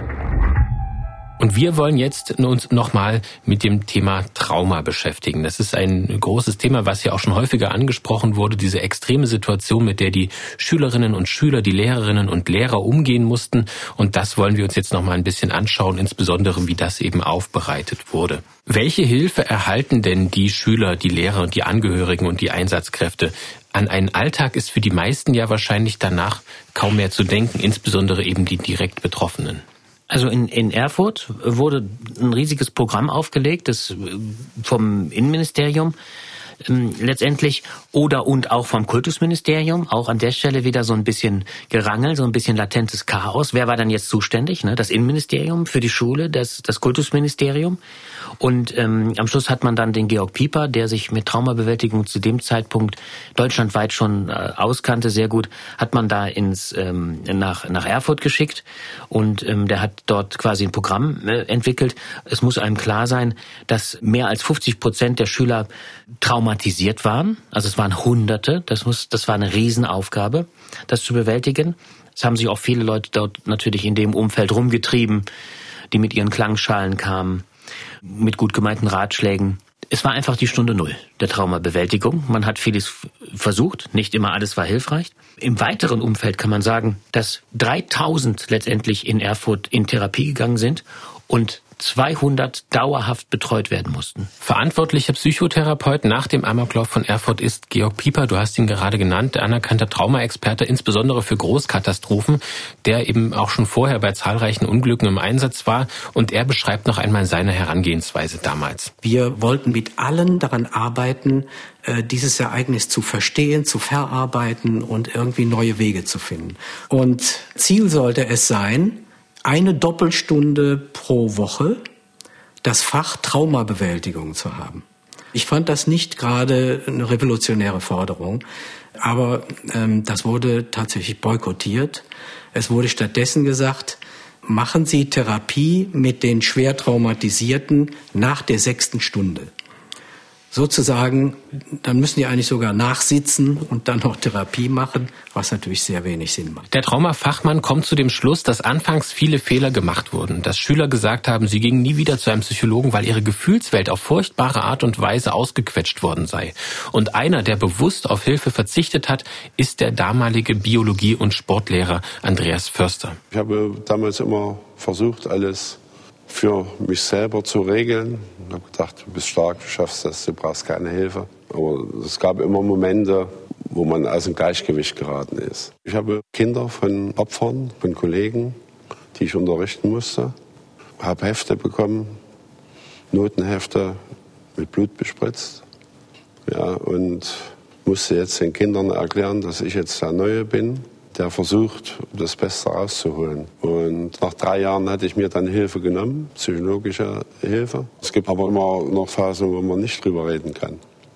Und wir wollen jetzt uns nochmal mit dem Thema Trauma beschäftigen. Das ist ein großes Thema, was ja auch schon häufiger angesprochen wurde, diese extreme Situation, mit der die Schülerinnen und Schüler, die Lehrerinnen und Lehrer umgehen mussten. Und das wollen wir uns jetzt nochmal ein bisschen anschauen, insbesondere wie das eben aufbereitet wurde. Welche Hilfe erhalten denn die Schüler, die Lehrer und die Angehörigen und die Einsatzkräfte? An einen Alltag ist für die meisten ja wahrscheinlich danach kaum mehr zu denken, insbesondere eben die direkt Betroffenen. Also in, in Erfurt wurde ein riesiges Programm aufgelegt, das vom Innenministerium ähm, letztendlich oder und auch vom Kultusministerium. Auch an der Stelle wieder so ein bisschen Gerangel, so ein bisschen latentes Chaos. Wer war dann jetzt zuständig? Ne? Das Innenministerium für die Schule, das, das Kultusministerium. Und ähm, am Schluss hat man dann den Georg Pieper, der sich mit Traumabewältigung zu dem Zeitpunkt deutschlandweit schon äh, auskannte, sehr gut, hat man da ins ähm, nach nach Erfurt geschickt und ähm, der hat dort quasi ein Programm äh, entwickelt. Es muss einem klar sein, dass mehr als fünfzig Prozent der Schüler traumatisiert waren. Also es waren Hunderte. Das muss, das war eine Riesenaufgabe, das zu bewältigen. Es haben sich auch viele Leute dort natürlich in dem Umfeld rumgetrieben, die mit ihren Klangschalen kamen, mit gut gemeinten Ratschlägen. Es war einfach die Stunde Null der Traumabewältigung. Man hat vieles versucht, nicht immer alles war hilfreich. Im weiteren Umfeld kann man sagen, dass dreitausend letztendlich in Erfurt in Therapie gegangen sind und zweihundert dauerhaft betreut werden mussten. Verantwortlicher Psychotherapeut nach dem Amoklauf von Erfurt ist Georg Pieper. Du hast ihn gerade genannt, der anerkannte Traumaexperte, insbesondere für Großkatastrophen, der eben auch schon vorher bei zahlreichen Unglücken im Einsatz war. Und er beschreibt noch einmal seine Herangehensweise damals. Wir wollten mit allen daran arbeiten, dieses Ereignis zu verstehen, zu verarbeiten und irgendwie neue Wege zu finden. Und Ziel sollte es sein, eine Doppelstunde pro Woche das Fach Traumabewältigung zu haben. Ich fand das nicht gerade eine revolutionäre Forderung, aber ähm, das wurde tatsächlich boykottiert. Es wurde stattdessen gesagt, machen Sie Therapie mit den schwer Traumatisierten nach der sechsten Stunde. Sozusagen, dann müssen die eigentlich sogar nachsitzen und dann noch Therapie machen, was natürlich sehr wenig Sinn macht. Der Traumafachmann kommt zu dem Schluss, dass anfangs viele Fehler gemacht wurden, dass Schüler gesagt haben, sie gingen nie wieder zu einem Psychologen, weil ihre Gefühlswelt auf furchtbare Art und Weise ausgequetscht worden sei. Und einer, der bewusst auf Hilfe verzichtet hat, ist der damalige Biologie- und Sportlehrer Andreas Förster. Ich habe damals immer versucht, alles für mich selber zu regeln. Ich habe gedacht, du bist stark, du schaffst das, du brauchst keine Hilfe. Aber es gab immer Momente, wo man aus dem Gleichgewicht geraten ist. Ich habe Kinder von Opfern, von Kollegen, die ich unterrichten musste, habe Hefte bekommen, Notenhefte mit Blut bespritzt. Ja, und musste jetzt den Kindern erklären, dass ich jetzt der Neue bin, der versucht, das Beste rauszuholen. Und nach drei Jahren hatte ich mir dann Hilfe genommen, psychologische Hilfe. Es gibt aber immer noch Phasen, wo man nicht drüber reden kann.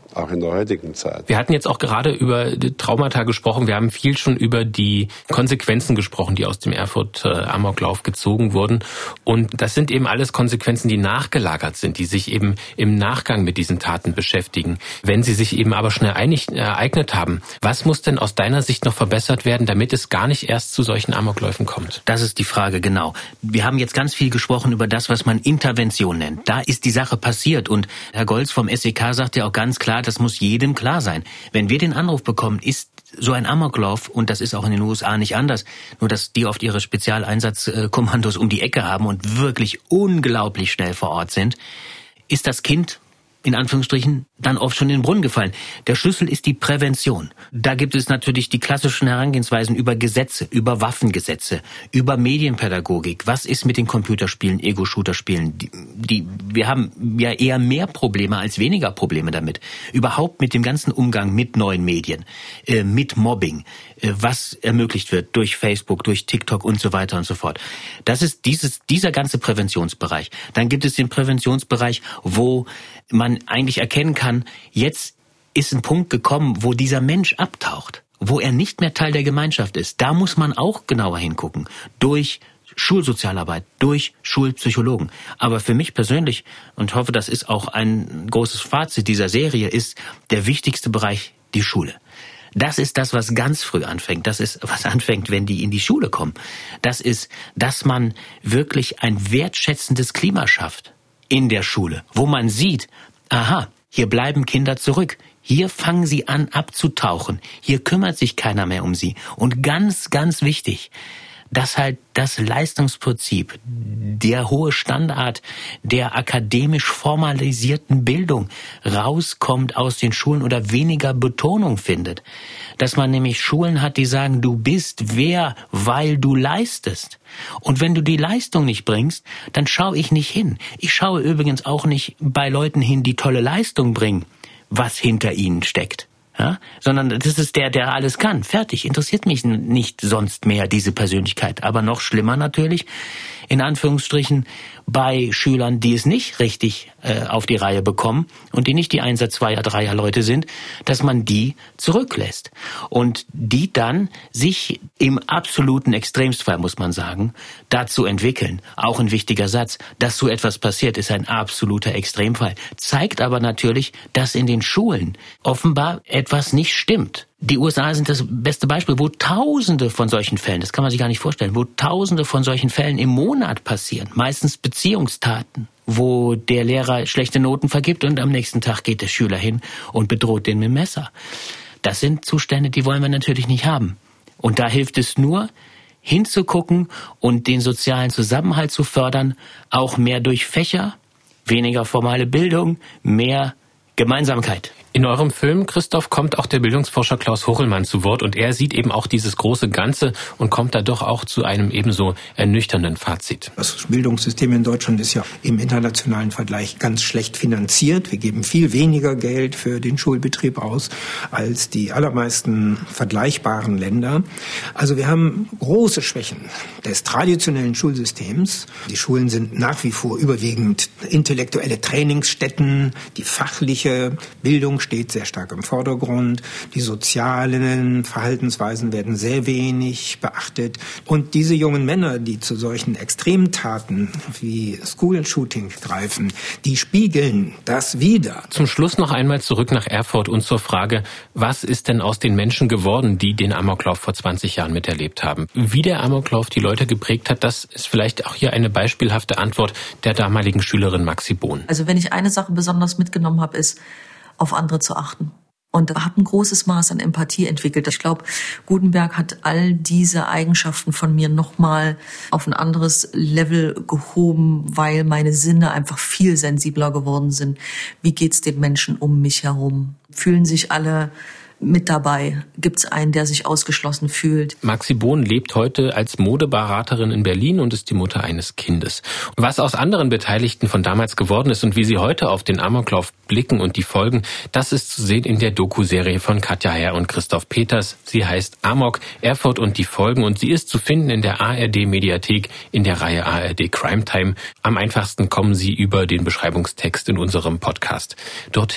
auch in der heutigen Zeit. Wir hatten jetzt auch gerade über Traumata gesprochen. Wir haben viel schon über die Konsequenzen gesprochen, die aus dem Erfurt-Amoklauf gezogen wurden. Und das sind eben alles Konsequenzen, die nachgelagert sind, die sich eben im Nachgang mit diesen Taten beschäftigen. Wenn sie sich eben aber schnell einig, äh, ereignet haben, was muss denn aus deiner Sicht noch verbessert werden, damit es gar nicht erst zu solchen Amokläufen kommt? Das ist die Frage, genau. Wir haben jetzt ganz viel gesprochen über das, was man Intervention nennt. Da ist die Sache passiert. Und Herr Golz vom S E K sagt ja auch ganz klar, das muss jedem klar sein. Wenn wir den Anruf bekommen, ist so ein Amoklauf, und das ist auch in den U S A nicht anders, nur dass die oft ihre Spezialeinsatzkommandos um die Ecke haben und wirklich unglaublich schnell vor Ort sind, ist das Kind in Anführungsstrichen dann oft schon in den Brunnen gefallen. Der Schlüssel ist die Prävention. Da gibt es natürlich die klassischen Herangehensweisen über Gesetze, über Waffengesetze, über Medienpädagogik. Was ist mit den Computerspielen, Ego-Shooter-Spielen? Die, die, wir haben ja eher mehr Probleme als weniger Probleme damit. Überhaupt mit dem ganzen Umgang mit neuen Medien, äh, mit Mobbing, äh, was ermöglicht wird durch Facebook, durch TikTok und so weiter und so fort. Das ist dieses, dieser ganze Präventionsbereich. Dann gibt es den Präventionsbereich, wo man eigentlich erkennen kann, jetzt ist ein Punkt gekommen, wo dieser Mensch abtaucht, wo er nicht mehr Teil der Gemeinschaft ist. Da muss man auch genauer hingucken, durch Schulsozialarbeit, durch Schulpsychologen. Aber für mich persönlich, und hoffe, das ist auch ein großes Fazit dieser Serie, ist der wichtigste Bereich die Schule. Das ist das, was ganz früh anfängt. Das ist, was anfängt, wenn die in die Schule kommen. Das ist, dass man wirklich ein wertschätzendes Klima schafft in der Schule, wo man sieht, aha, hier bleiben Kinder zurück. Hier fangen sie an abzutauchen. Hier kümmert sich keiner mehr um sie. Und ganz, ganz wichtig, dass halt das Leistungsprinzip, der hohe Standard der akademisch formalisierten Bildung rauskommt aus den Schulen oder weniger Betonung findet. Dass man nämlich Schulen hat, die sagen, du bist wer, weil du leistest. Und wenn du die Leistung nicht bringst, dann schaue ich nicht hin. Ich schaue übrigens auch nicht bei Leuten hin, die tolle Leistung bringen, was hinter ihnen steckt. Ja, sondern das ist der, der alles kann. Fertig. Interessiert mich nicht sonst mehr diese Persönlichkeit. Aber noch schlimmer natürlich, in Anführungsstrichen, bei Schülern, die es nicht richtig äh, auf die Reihe bekommen und die nicht die Einser-, Zweier-, Dreier-Leute sind, dass man die zurücklässt. Und die dann sich im absoluten Extremfall, muss man sagen, dazu entwickeln. Auch ein wichtiger Satz. Dass so etwas passiert, ist ein absoluter Extremfall. Zeigt aber natürlich, dass in den Schulen offenbar etwas nicht stimmt. Die U S A sind das beste Beispiel, wo Tausende von solchen Fällen, das kann man sich gar nicht vorstellen, wo Tausende von solchen Fällen im Monat passieren. Meistens Beziehungstaten, wo der Lehrer schlechte Noten vergibt und am nächsten Tag geht der Schüler hin und bedroht den mit dem Messer. Das sind Zustände, die wollen wir natürlich nicht haben. Und da hilft es nur, hinzugucken und den sozialen Zusammenhalt zu fördern, auch mehr durch Fächer, weniger formale Bildung, mehr Gemeinsamkeit. In eurem Film, Christoph, kommt auch der Bildungsforscher Klaus Hochelmann zu Wort und er sieht eben auch dieses große Ganze und kommt da doch auch zu einem ebenso ernüchternden Fazit. Das Bildungssystem in Deutschland ist ja im internationalen Vergleich ganz schlecht finanziert. Wir geben viel weniger Geld für den Schulbetrieb aus als die allermeisten vergleichbaren Länder. Also wir haben große Schwächen des traditionellen Schulsystems. Die Schulen sind nach wie vor überwiegend intellektuelle Trainingsstätten, die fachliche Bildung steht sehr stark im Vordergrund. Die sozialen Verhaltensweisen werden sehr wenig beachtet. Und diese jungen Männer, die zu solchen Extremtaten wie School-Shooting greifen, die spiegeln das wider. Zum Schluss noch einmal zurück nach Erfurt und zur Frage, was ist denn aus den Menschen geworden, die den Amoklauf vor zwanzig Jahren miterlebt haben? Wie der Amoklauf die Leute geprägt hat, das ist vielleicht auch hier eine beispielhafte Antwort der damaligen Schülerin Maxi Bohn. Also wenn ich eine Sache besonders mitgenommen habe, ist, auf andere zu achten. Und habe ein großes Maß an Empathie entwickelt. Ich glaube, Gutenberg hat all diese Eigenschaften von mir nochmal auf ein anderes Level gehoben, weil meine Sinne einfach viel sensibler geworden sind. Wie geht's den Menschen um mich herum? Fühlen sich alle mit dabei? Gibt es einen, der sich ausgeschlossen fühlt? Maxi Bohn lebt heute als Modeberaterin in Berlin und ist die Mutter eines Kindes. Was aus anderen Beteiligten von damals geworden ist und wie sie heute auf den Amoklauf blicken und die Folgen, das ist zu sehen in der Doku-Serie von Katja Herr und Christoph Peters. Sie heißt Amok, Erfurt und die Folgen und sie ist zu finden in der A R D-Mediathek in der Reihe A R D Crime Time. Am einfachsten kommen Sie über den Beschreibungstext in unserem Podcast dorthin.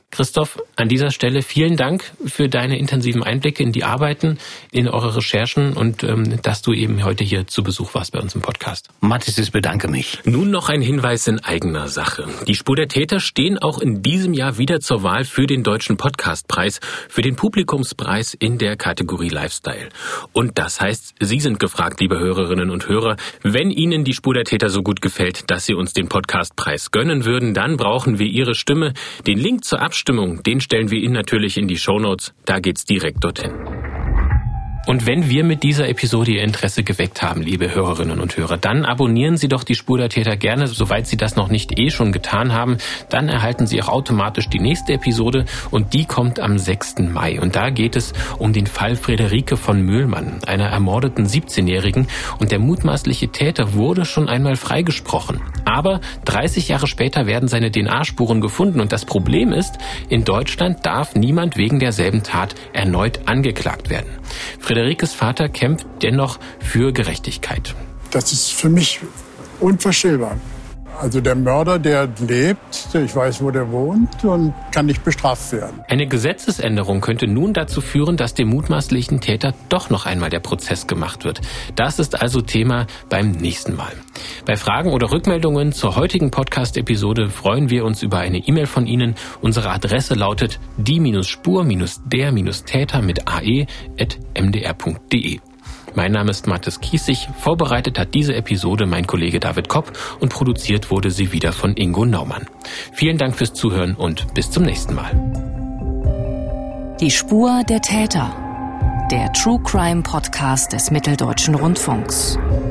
Christoph, an dieser Stelle vielen Dank für deine intensiven Einblicke in die Arbeiten, in eure Recherchen und ähm, dass du eben heute hier zu Besuch warst bei uns im Podcast. Mathis, ich bedanke mich. Nun noch ein Hinweis in eigener Sache. Die Spur der Täter stehen auch in diesem Jahr wieder zur Wahl für den Deutschen Podcastpreis, für den Publikumspreis in der Kategorie Lifestyle. Und das heißt, Sie sind gefragt, liebe Hörerinnen und Hörer, wenn Ihnen die Spur der Täter so gut gefällt, dass Sie uns den Podcastpreis gönnen würden, dann brauchen wir Ihre Stimme. Den Link zur Abstimmung, den stellen wir Ihnen natürlich in die Shownotes. Da geht's direkt dorthin. Und wenn wir mit dieser Episode Ihr Interesse geweckt haben, liebe Hörerinnen und Hörer, dann abonnieren Sie doch die Spur der Täter gerne, soweit Sie das noch nicht eh schon getan haben. Dann erhalten Sie auch automatisch die nächste Episode und die kommt am sechsten Mai. Und da geht es um den Fall Friederike von Mühlmann, einer ermordeten siebzehnjährigen. Und der mutmaßliche Täter wurde schon einmal freigesprochen. Aber dreißig Jahre später werden seine D N A-Spuren gefunden. Und das Problem ist, in Deutschland darf niemand wegen derselben Tat erneut angeklagt werden. Friederikes Vater kämpft dennoch für Gerechtigkeit. Das ist für mich unvorstellbar. Also der Mörder, der lebt, ich weiß, wo der wohnt und kann nicht bestraft werden. Eine Gesetzesänderung könnte nun dazu führen, dass dem mutmaßlichen Täter doch noch einmal der Prozess gemacht wird. Das ist also Thema beim nächsten Mal. Bei Fragen oder Rückmeldungen zur heutigen Podcast-Episode freuen wir uns über eine E-Mail von Ihnen. Unsere Adresse lautet die-spur-der-täter mit ae at m d r punkt d e. Mein Name ist Mathis Kiesig. Vorbereitet hat diese Episode mein Kollege David Kopp und produziert wurde sie wieder von Ingo Naumann. Vielen Dank fürs Zuhören und bis zum nächsten Mal. Die Spur der Täter. Der True Crime Podcast des Mitteldeutschen Rundfunks.